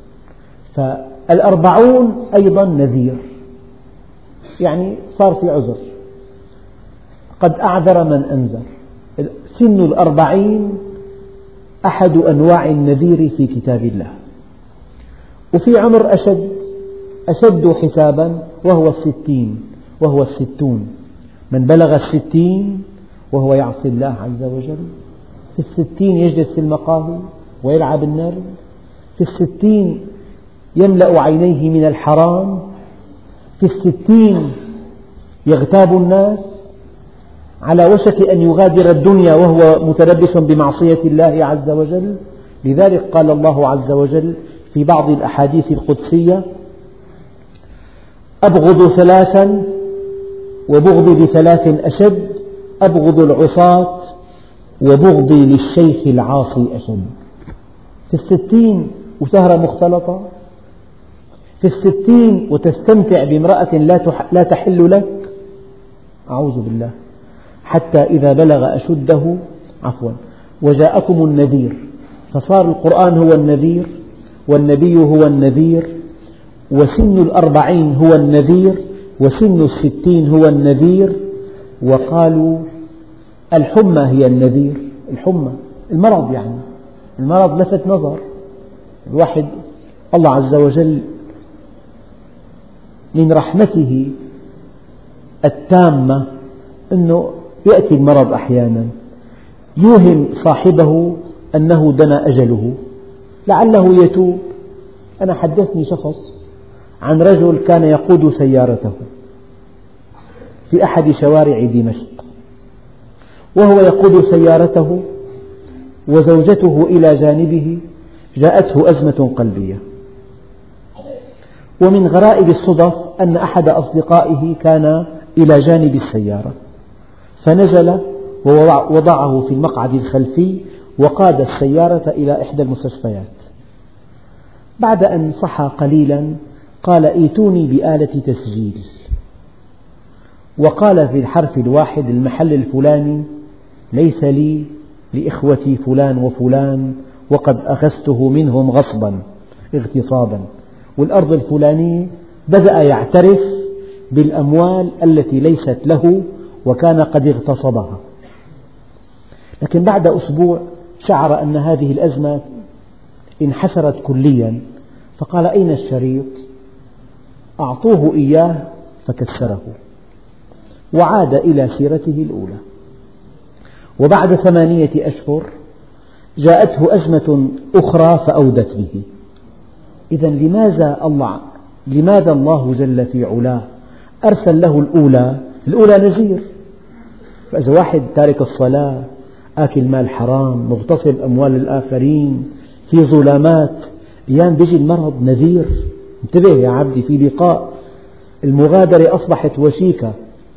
فالأربعون أيضا نذير، يعني صار في عذر، قد أعذر من أنذر. سن 40 أحد أنواع النذير في كتاب الله. وفي عمر أشد حسابا، وهو 60، وهو 60. من بلغ 60 وهو يعصي الله عز وجل، في 60 يجلس في المقاهي ويلعب النرد، في 60 يملأ عينيه من الحرام، في 60 يغتاب الناس، على وشك أن يغادر الدنيا وهو متلبس بمعصية الله عز وجل. لذلك قال الله عز وجل في بعض الأحاديث القدسية: أبغض ثلاثا وبغضي لثلاث أشد، أبغض العصاة وبغضي للشيخ العاصي أشد. في 60 وسهرة مختلطة، في 60 وتستمتع بامرأة لا تحل لك، أعوذ بالله. حتى إذا بلغ أشده، وجاءكم النذير. فصار القرآن هو النذير، والنبي هو النذير، وسن 40 هو النذير، وسن 60 هو النذير. وقالوا الحمى هي النذير. الحمى المرض، يعني المرض لفت نظر الواحد. الله عز وجل من رحمته التامة أنه يأتي المرض أحيانا يوهم صاحبه أنه دنا أجله، لعله يتوب. أنا حدثني شخص عن رجل كان يقود سيارته في أحد شوارع دمشق، وهو يقود سيارته وزوجته إلى جانبه جاءته أزمة قلبية. ومن غرائب الصدف أن أحد أصدقائه كان إلى جانب السيارة، فنزل ووضعه في المقعد الخلفي وقاد السيارة إلى إحدى المستشفيات. بعد أن صحى قليلا قال: ائتوني بآلة تسجيل. وقال في الحرف الواحد: المحل الفلاني ليس لي، لإخوتي فلان وفلان، وقد أخذته منهم غصبا اغتصابا. والأرض الفلانية بدأ يعترف بالأموال التي ليست له وكان قد اغتصبها. لكن بعد أسبوع شعر أن هذه الأزمة انحسرت كليا، فقال: أين الشريط؟ أعطوه إياه فكسره، وعاد إلى سيرته الأولى. وبعد 8 أشهر جاءته أزمة أخرى فأودت به. إذا لماذا الله جل في علاه أرسل له الأولى نذير؟ فإذا واحد تارك الصلاة، آكل مال حرام، مغتصب أموال الآخرين، في ظلامات، أيام بيجي المرض نذير. انتبه يا عبدي، في لقاء المغادرة أصبحت وشيكة.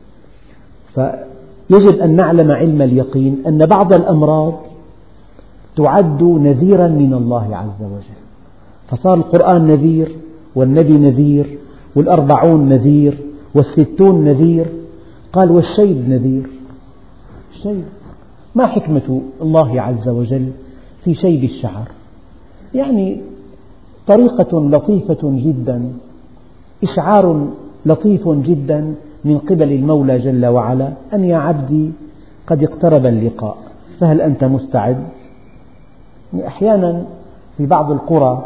فيجب أن نعلم علم اليقين أن بعض الأمراض تعد نذيرا من الله عز وجل. فصار القرآن نذير، والنبي نذير، وال40 نذير، وال60 نذير. قال: والشيب نذير. شيب. ما حكمة الله عز وجل في شيب الشعر؟ يعني طريقة لطيفة جدا، إشعار لطيف جدا من قبل المولى جل وعلا أن يا عبدي قد اقترب اللقاء، فهل أنت مستعد؟ أحيانا في بعض القرى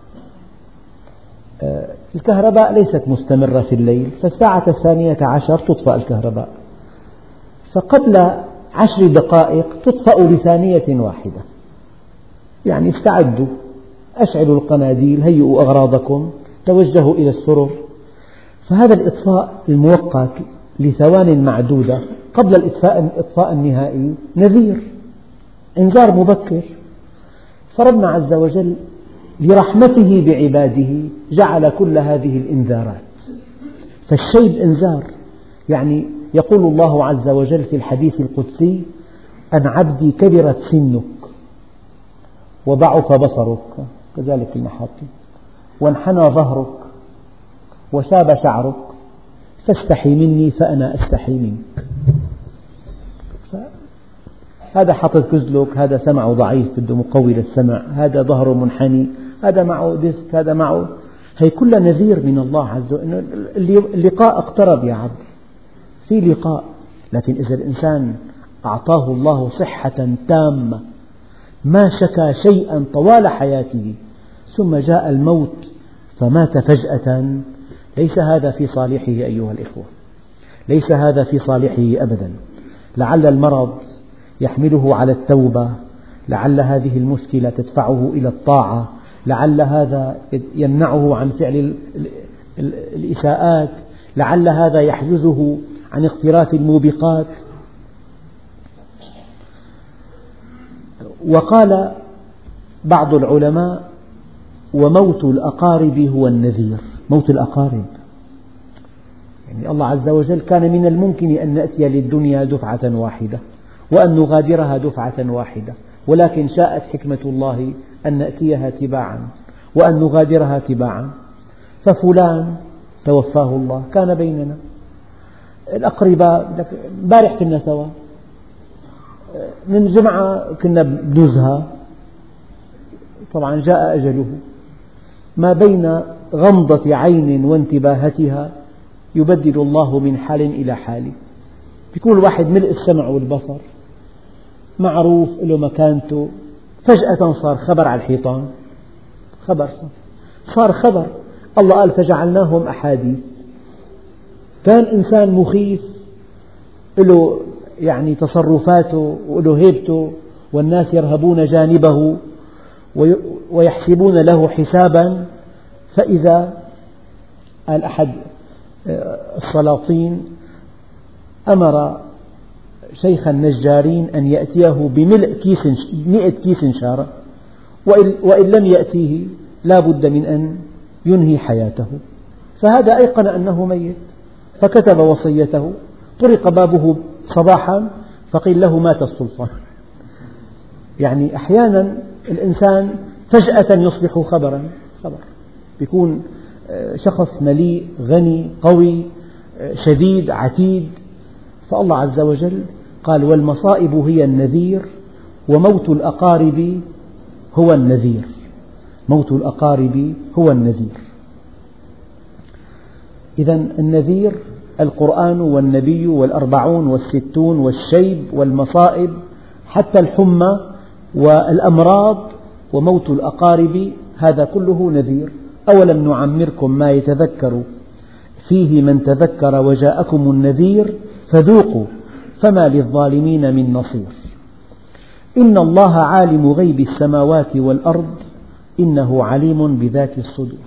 الكهرباء ليست مستمرة في الليل، فالساعة 12 تطفأ الكهرباء، فقبل 10 دقائق تطفأ بثانية واحدة. يعني استعدوا، أشعلوا القناديل، هيئوا أغراضكم، توجهوا إلى السرر. فهذا الإطفاء المؤقت لثوان معدودة قبل الإطفاء النهائي نذير، إنذار مبكر. فربنا عز وجل لرحمته بعباده جعل كل هذه الإنذارات. فالشيب إنذار، يعني يقول الله عز وجل في الحديث القدسي: أن عبدي كبرت سنك وضعف بصرك، كذلك المحاطي، وانحنى ظهرك وشاب شعرك، فاستحي مني فأنا أستحي منك. هذا حاطط كزلك، هذا سمعه ضعيف بده مقوي للسمع، هذا ظهره منحني، هذا معه ديسك، هذا معه، هي كلها نذير من الله عز وجل. اللقاء اقترب يا عبد، في لقاء. لكن إذا الإنسان أعطاه الله صحة تامة ما شكى شيئا طوال حياته ثم جاء الموت فمات فجأة، ليس هذا في صالحه أيها الإخوة، ليس هذا في صالحه أبدا. لعل المرض يحمله على التوبة، لعل هذه المشكلة تدفعه إلى الطاعة، لعل هذا يمنعه عن فعل الإساءات، لعل هذا يحجزه عن اقتراف الموبقات. وقال بعض العلماء: وموت الأقارب هو النذير. موت الأقارب، يعني الله عز وجل كان من الممكن أن نأتي للدنيا دفعة واحدة وأن نغادرها دفعة واحدة، ولكن شاءت حكمة الله أن نأتيها تباعا وأن نغادرها تباعا. ففلان توفاه الله كان بيننا، الأقرباء امبارح كنا سوا، من جمعة كنا بنزهة، طبعا جاء أجله. ما بين غمضة عين وانتباهتها يبدل الله من حال إلى حال. يكون الواحد ملء السمع والبصر، معروف له مكانته، فجأة صار خبر على الحيطان، خبر صار خبر. الله قال: فجعلناهم أحاديث. كان إنسان مخيف، له يعني تصرفاته وله هيبته، والناس يرهبون جانبه ويحسبون له حسابا. فإذا قال أحد السلاطين أمر شيخ النجارين أن يأتيه بملء 100 كيس شارة، وإن لم يأتيه لا بد من أن ينهي حياته. فهذا أيقن أنه ميت، فكتب وصيته. طرق بابه صباحا فقيل له: مات السلطان. يعني أحيانا الإنسان فجأة يصبح خبرا، يكون شخص مليء غني قوي شديد عتيد. فالله عز وجل قال: والمصائب هي النذير وموت الأقارب هو النذير. موت الأقارب هو النذير. إذا النذير القرآن والنبي والأربعون والستون والشيب والمصائب حتى الحمى والأمراض وموت الأقارب، هذا كله نذير. أولم نعمركم ما يتذكر فيه من تذكر وجاءكم النذير فذوقوا فما للظالمين من نصير. إن الله عالم غيب السماوات والأرض إنه عليم بذات الصدور.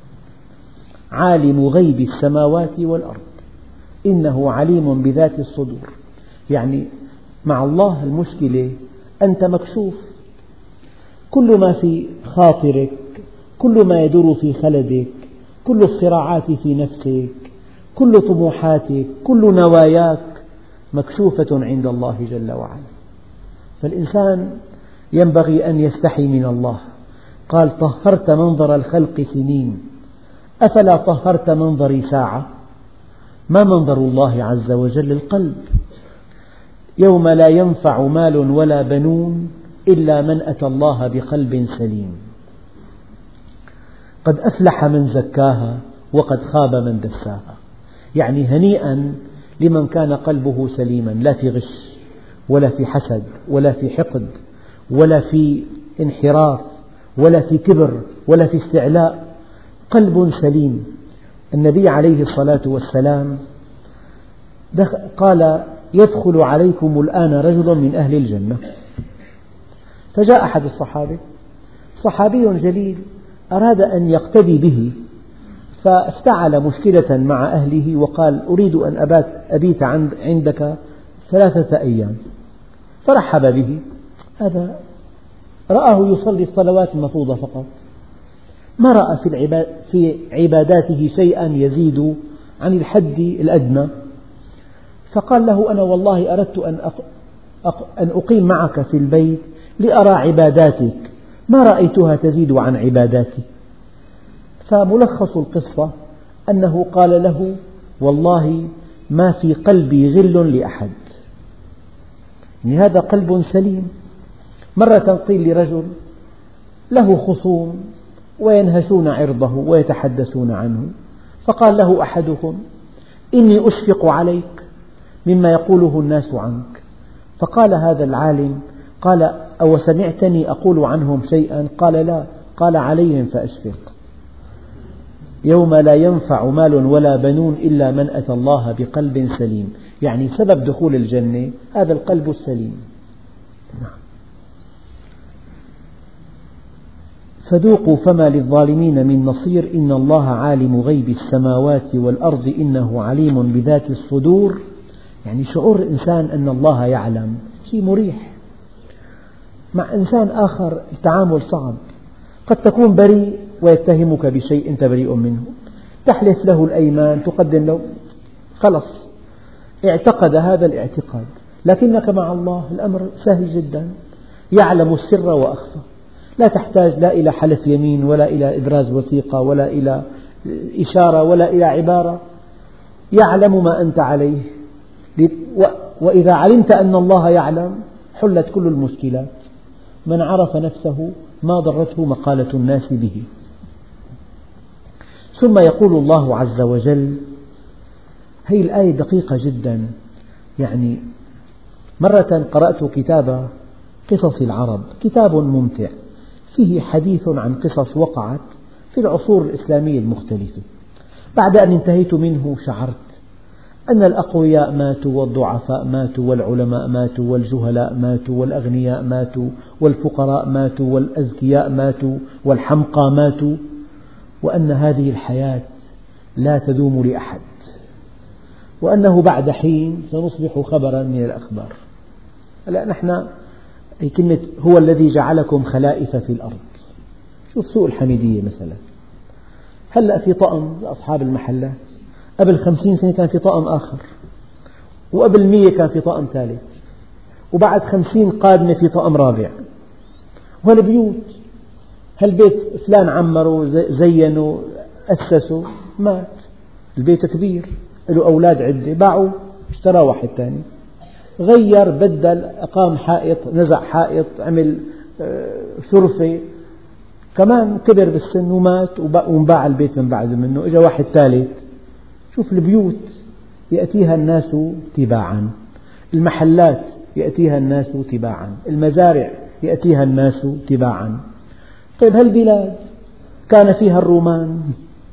عالم غيب السماوات والأرض إنه عليم بذات الصدور. يعني مع الله المشكلة أنت مكشوف، كل ما في خاطرك، كل ما يدور في خلدك، كل الصراعات في نفسك، كل طموحاتك، كل نواياك مكشوفة عند الله جل وعلا. فالإنسان ينبغي أن يستحي من الله. قال: طهرت منظر الخلق سنين أفلا طهرت منظري ساعة. ما منظر الله عز وجل القلب. يوم لا ينفع مال ولا بنون إلا من أتى الله بقلب سليم. قد أفلح من زكاها وقد خاب من دساها. يعني هنيئا لمن كان قلبه سليما، لا في غش ولا في حسد ولا في حقد ولا في انحراف ولا في كبر ولا في استعلاء، قلب سليم. النبي عليه الصلاة والسلام قال: يدخل عليكم الآن رجل من أهل الجنة. فجاء أحد الصحابة، صحابي جليل، أراد أن يقتدي به، فافتعل مشكلة مع أهله وقال: أريد أن أبيت عندك 3 أيام. فرحب به. هذا رآه يصلي الصلوات المفروضة فقط، ما رأى في عباداته شيئا يزيد عن الحد الأدنى. فقال له: أنا والله أردت أن أقيم معك في البيت لأرى عباداتك، ما رأيتها تزيد عن عباداتي. فملخص القصة أنه قال له: والله ما في قلبي غل لأحد. يعني هذا قلب سليم. مرة قيل لرجل له خصوم وينهشون عرضه ويتحدثون عنه، فقال له أحدهم: إني أشفق عليك مما يقوله الناس عنك. فقال هذا العالم: قال: أو سمعتني أقول عنهم شيئا؟ قال: لا. قال: عليهم فأشفق. يوم لا ينفع مال ولا بنون إلا من أتى الله بقلب سليم. يعني سبب دخول الجنة هذا القلب السليم. فذوقوا فما للظالمين من نصير إن الله عالم غيب السماوات والأرض إنه عليم بذات الصدور. يعني شعور الإنسان أن الله يعلم شيء مريح. مع إنسان آخر التعامل صعب، قد تكون بريء ويتهمك بشيء أنت بريء منه، تحلف له الأيمان، تقدم له، خلص اعتقد هذا الاعتقاد. لكنك مع الله الأمر سهل جدا، يعلم السر وأخفى، لا تحتاج لا إلى حلف يمين ولا إلى إبراز وثيقة ولا إلى إشارة ولا إلى عبارة، يعلم ما أنت عليه. وإذا علمت أن الله يعلم حلت كل المشكلات. من عرف نفسه ما ضرته مقالة الناس به. ثم يقول الله عز وجل، هذه الآية دقيقة جدا. يعني مرة قرأت كتاب قصص العرب، كتاب ممتع فيه حديث عن قصص وقعت في العصور الإسلامية المختلفة. بعد أن انتهيت منه شعرت أن الأقوياء ماتوا والضعفاء ماتوا والعلماء ماتوا والجهلاء ماتوا والأغنياء ماتوا والفقراء ماتوا والأذكياء ماتوا والحمقى ماتوا، وأن هذه الحياة لا تدوم لأحد، وأنه بعد حين سنصبح خبرا من الأخبار. هلأ نحن كلمة هو الذي جعلكم خلائف في الأرض. شوف سوق الحميدية مثلا، هلأ في طقم لأصحاب المحلات، قبل 50 سنة كان في طقم آخر، وقبل 100 كان في طقم ثالث، وبعد 50 قادمة في طقم رابع. والبيوت، هالبيت فلان عمره زينه أسسه، مات، البيت كبير له أولاد عدة، باعوا اشترى واحد ثاني، غير بدل، أقام حائط، نزع حائط، عمل شرفة، كمان كبر بالسن ومات وانباع البيت من بعد منه، إجا واحد ثالث. شوف البيوت يأتيها الناس تباعا، المحلات يأتيها الناس تباعا، المزارع يأتيها الناس تباعا. طيب هالبلاد كان فيها الرومان،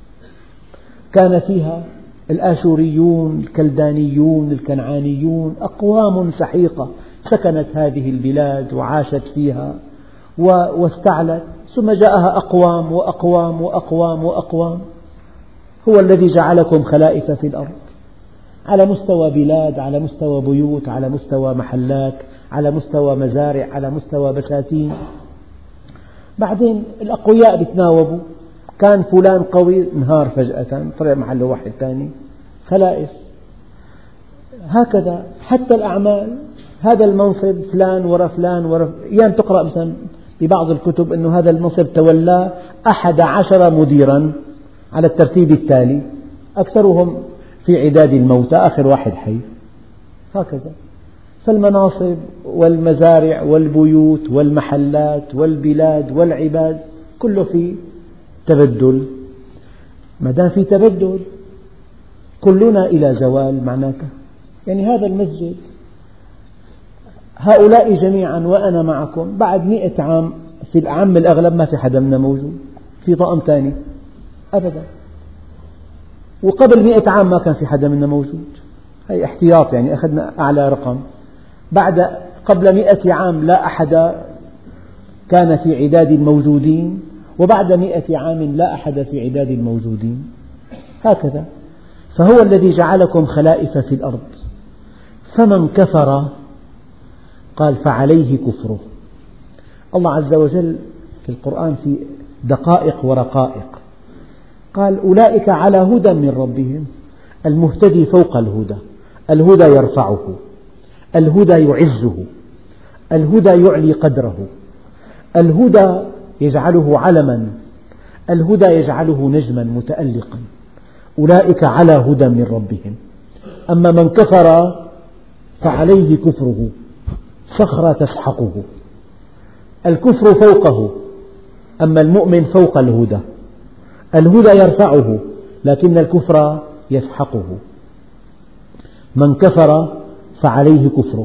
كان فيها الآشوريون، الكلدانيون، الكنعانيون، أقوام سحيقة سكنت هذه البلاد وعاشت فيها واستعلت، ثم جاءها أقوام وأقوام وأقوام وأقوام. هو الذي جعلكم خلائف في الأرض، على مستوى بلاد، على مستوى بيوت، على مستوى محلات، على مستوى مزارع، على مستوى بساتين. بعدين الأقوياء بيتناوبوا، كان فلان قوي انهار فجأة، طلع محله واحد ثاني، خلائف. هكذا حتى الأعمال، هذا المنصب فلان ورا فلان ورا، أيام تقرأ مثلا ببعض الكتب أنه هذا المنصب تولاه 11 مديرا على الترتيب التالي، أكثرهم في عداد الموتى، آخر واحد حي، هكذا. فالمناصب والمزارع والبيوت والمحلات والبلاد والعباد كله في تبدل. ما دام في تبدل كلنا إلى زوال معناته، يعني هذا المسجد هؤلاء جميعا وأنا معكم بعد 100 عام في الأعم الأغلب ما في حدا منا موجود، في طقم ثاني أبدا، وقبل 100 عام ما كان في حدا منا موجود، هي احتياط يعني أخذنا أعلى رقم. قبل 100 عام لا أحد كان في عداد الموجودين، وبعد 100 عام لا أحد في عداد الموجودين، هكذا. فهو الذي جعلكم خلائف في الأرض، فمن كفر قال فعليه كفره. الله عز وجل في القرآن في دقائق ورقائق قال أولئك على هدى من ربهم. المهتدي فوق الهدى، الهدى يرفعه، الهدى يعزه، الهدى يعلي قدره، الهدى يجعله علما، الهدى يجعله نجما متألقا. أولئك على هدى من ربهم. أما من كفر فعليه كفره، صخرة تسحقه. الكفر فوقه، أما المؤمن فوق الهدى. الهدى يرفعه لكن الكفر يسحقه. من كفر فعليه كفره.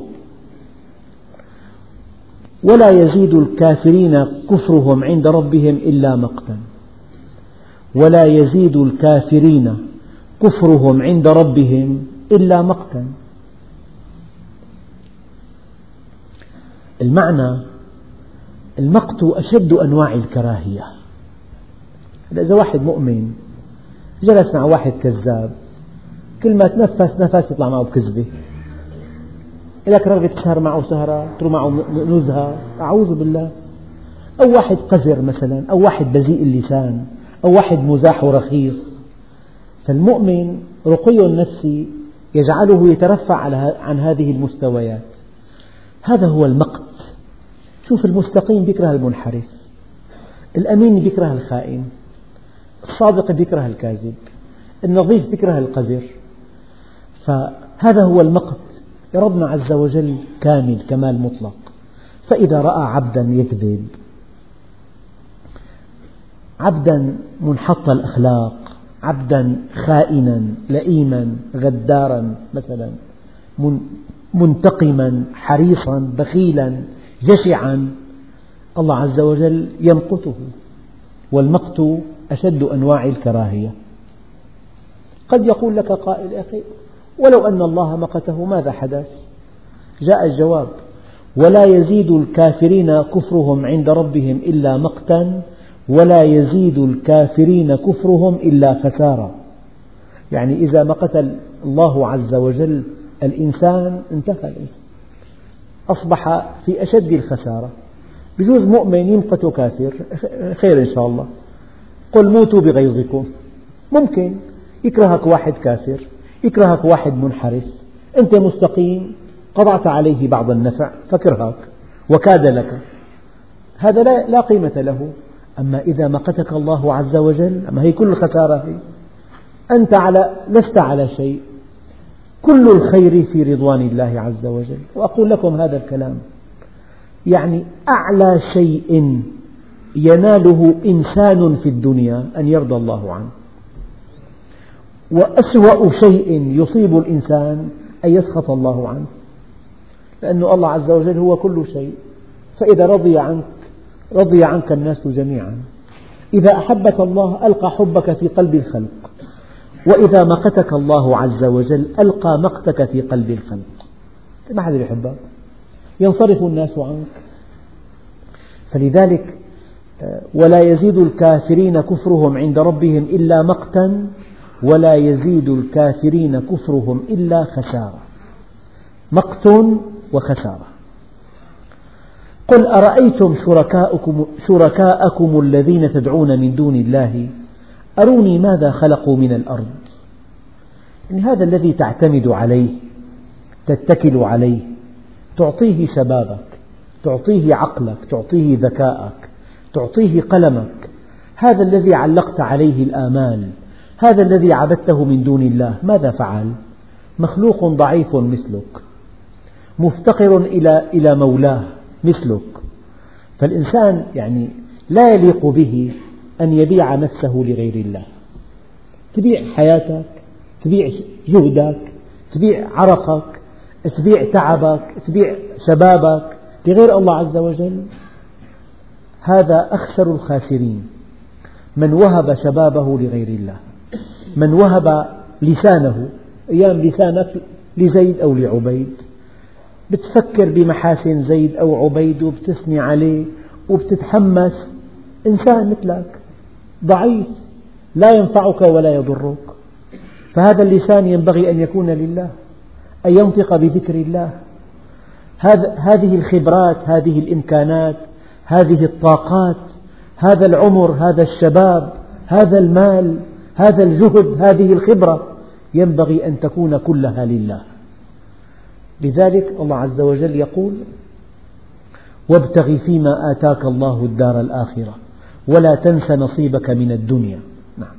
ولا يزيد الكافرين كفرهم عند ربهم إلا مقتا. ولا يزيد الكافرين كفرهم عند ربهم إلا مقتا. المعنى المقت أشد أنواع الكراهية. إذا واحد مؤمن جلس مع واحد كذاب، كل ما تنفس نفس يطلع معه بكذبة، لك رغبة تسهر معه سهرة، تروح معه نزهة، أعوذ بالله. أو واحد قذر مثلا، أو واحد بذيء اللسان، أو واحد مزاح ورخيص. فالمؤمن رقي النفس يجعله يترفع عن هذه المستويات. هذا هو المقت. شوف، المستقيم بيكره المنحرف، الأمين بيكره الخائن، الصادق بيكره الكاذب، النظيف بيكره القذر. فهذا هو المقت. ربنا عز وجل كامل كمال مطلق، فإذا رأى عبدا يكذب، عبدا منحط الأخلاق، عبدا خائنا لئيما غدارا مثلا، منتقما حريصا بخيلا جشعا، الله عز وجل يمقته. والمقت أشد أنواع الكراهية. قد يقول لك قائل: أخي ولو أن الله مقته ماذا حدث؟ جاء الجواب: ولا يزيد الكافرين كفرهم عند ربهم إلا مقتا، ولا يزيد الكافرين كفرهم إلا خسارة. يعني إذا مقت الله عز وجل الإنسان انتهى الإنسان، أصبح في أشد الخسارة. بجوز مؤمن يمقت كافر، خير إن شاء الله، قل موتوا بغيظكم. ممكن يكرهك واحد كافر، يكرهك واحد منحرف، أنت مستقيم قطعت عليه بعض النفع فكرهك وكاد لك، هذا لا قيمة له. أما إذا مقتك الله عز وجل، أما هي كل خسارة، هي أنت لست على شيء، كل الخير في رضوان الله عز وجل. وأقول لكم هذا الكلام، يعني أعلى شيء يناله إنسان في الدنيا أن يرضى الله عنه، وأسوأ شيء يصيب الإنسان أن يسخط الله عنه، لأن الله عز وجل هو كل شيء. فإذا رضي عنك الناس جميعا. إذا أحبك الله ألقى حبك في قلب الخلق، وإذا مقتك الله عز وجل ألقى مقتك في قلب الخلق، ما حدا يحبك، ينصرف الناس عنك. فلذلك ولا يزيد الكافرين كفرهم عند ربهم إلا مقتا، ولا يزيد الكافرين كفرهم إلا خسارة. مقت وخسارة. قل أرأيتم شركاءكم الذين تدعون من دون الله أروني ماذا خلقوا من الأرض. يعني هذا الذي تعتمد عليه، تتكل عليه، تعطيه شبابك، تعطيه عقلك، تعطيه ذكاءك، تعطيه قلمك، هذا الذي علقت عليه الآمال، هذا الذي عبدته من دون الله، ماذا فعل؟ مخلوق ضعيف مثلك، مفتقر إلى مولاه مثلك. فالإنسان لا يليق به أن يبيع نفسه لغير الله، تبيع حياتك، تبيع جهدك، تبيع عرقك، تبيع تعبك، تبيع شبابك لغير الله عز وجل. هذا أخسر الخاسرين، من وهب شبابه لغير الله، من وهب لسانه. أيام لسانك لزيد أو لعبيد، بتفكر بمحاسن زيد أو عبيد وبتثني عليه وبتتحمس. إنسان مثلك ضعيف لا ينفعك ولا يضرك. فهذا اللسان ينبغي أن يكون لله، أن ينطق بذكر الله. هذه الخبرات، هذه الإمكانات، هذه الطاقات، هذا العمر، هذا الشباب، هذا المال، هذا الجهد، هذه الخبرة ينبغي أن تكون كلها لله. لذلك الله عز وجل يقول: وابتغ فيما آتاك الله الدار الآخرة ولا تنس نصيبك من الدنيا. نعم.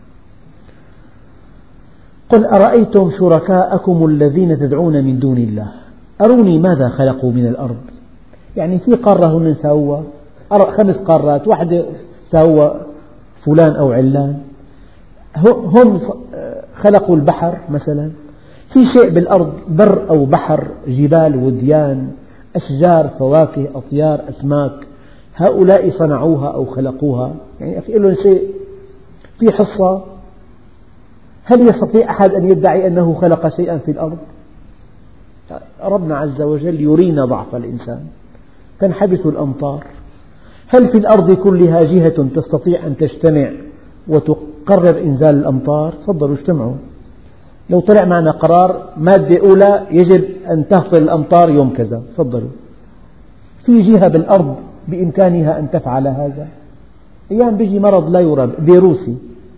قل أرأيتم شركاءكم الذين تدعون من دون الله أروني ماذا خلقوا من الأرض. في قارة هم ساووا 5 قارات، واحدة ساووا فلان أو علان. هم خلقوا البحر مثلا، في شيء بالأرض بر أو بحر، جبال، وديان، أشجار، فواكه، أطيار، أسماك، هؤلاء صنعوها أو خلقوها. أخي لهم شيء في حصة. هل يستطيع أحد أن يدعي أنه خلق شيئا في الأرض؟ ربنا عز وجل يرينا ضعف الإنسان. تنحبس الأمطار. هل في الأرض كلها جهة تستطيع أن تجتمع وتقرر إنزال الأمطار؟ تفضلوا اجتمعوا. لو طلع معنا قرار مادة أولى يجب أن تهطل الأمطار يوم كذا، تفضلوا. في جهة بالأرض بإمكانها أن تفعل هذا. أيام بيجي مرض لا يرى، فيروسي،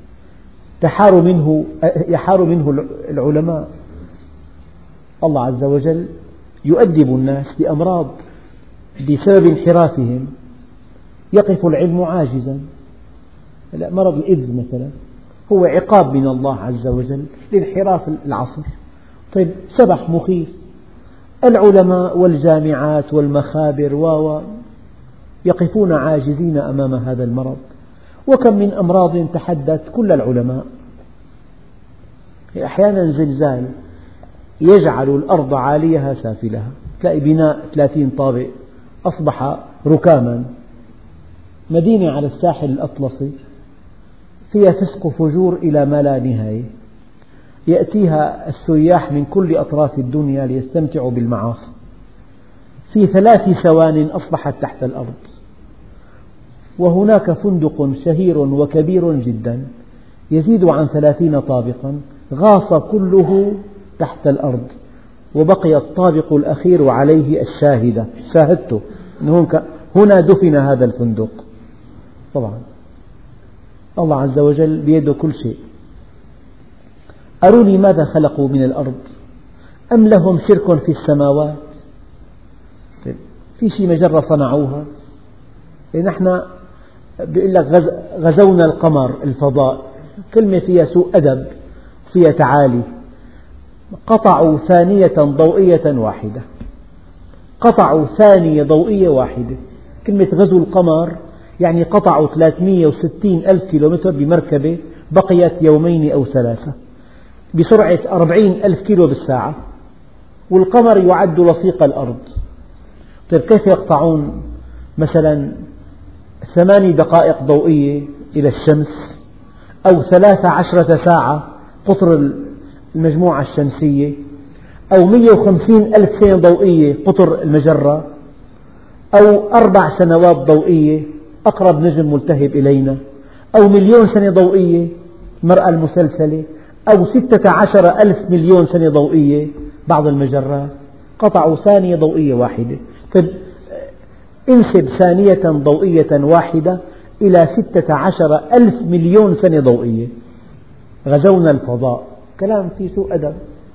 يحار منه العلماء. الله عز وجل يؤدب الناس بأمراض بسبب انحرافهم، يقف العلم عاجزا. مرض الإيدز مثلا هو عقاب من الله عز وجل لانحراف العصر. طيب، سبح مخيف. العلماء والجامعات والمخابر يقفون عاجزين أمام هذا المرض. وكم من أمراض تحدث كل العلماء. أحيانا زلزال يجعل الأرض عاليها سافلها، تلاقي بناء 30 طابق أصبح ركاما. مدينة على الساحل الأطلسي فيها فسق فجور إلى ما لا نهاية، يأتيها السياح من كل أطراف الدنيا ليستمتعوا بالمعاصي. في 3 ثوان أصبحت تحت الأرض. وهناك فندق شهير وكبير جدا يزيد عن 30 طابقا غاص كله تحت الأرض، وبقي الطابق الأخير عليه الشاهدة، شاهدته هنا دفن هذا الفندق. طبعا الله عز وجل بيده كل شيء. أروني ماذا خلقوا من الأرض أم لهم شرك في السماوات. في شيء مجرة صنعوها. نحن بيقول لك غزونا القمر، الفضاء، كلمة فيها سوء أدب، فيها تعالي. قطعوا ثانية ضوئية واحدة، قطعوا ثانية ضوئية واحدة. كلمة غزو القمر قطعوا 360 ألف كيلومتر بمركبة بقيت 2 أو 3 بسرعة 40 ألف كيلو بالساعة، والقمر يعد لصيق الأرض. طيب، كيف يقطعون مثلا 8 دقائق ضوئية إلى الشمس، أو 13 ساعة قطر المجموعة الشمسية، أو 150 ألف سنة ضوئية قطر المجرة، أو 4 سنوات ضوئية أقرب نجم ملتهب إلينا، أو 1,000,000 سنة ضوئية المرأة المسلسلة، أو 16 ألف مليون سنة ضوئية بعض المجرات. قطعوا ثانية ضوئية واحدة. طيب، انسب ثانية ضوئية واحدة إلى 16 ألف مليون سنة ضوئية. غزونا الفضاء، كلام فيه سوء أدب.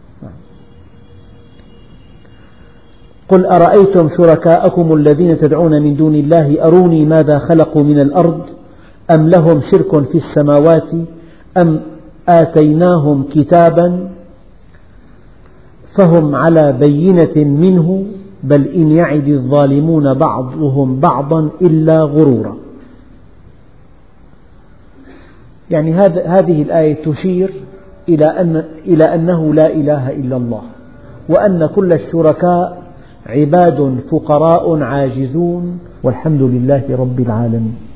قل أرأيتم شركاءكم الذين تدعون من دون الله أروني ماذا خلقوا من الأرض أم لهم شرك في السماوات أم آتيناهم كتابا فهم على بينة منه بل إن يعد الظالمون بعضهم بعضا إلا غرورا. يعني هذه الآية تشير إلى أنه لا إله إلا الله، وأن كل الشركاء عباد فقراء عاجزون، والحمد لله رب العالمين.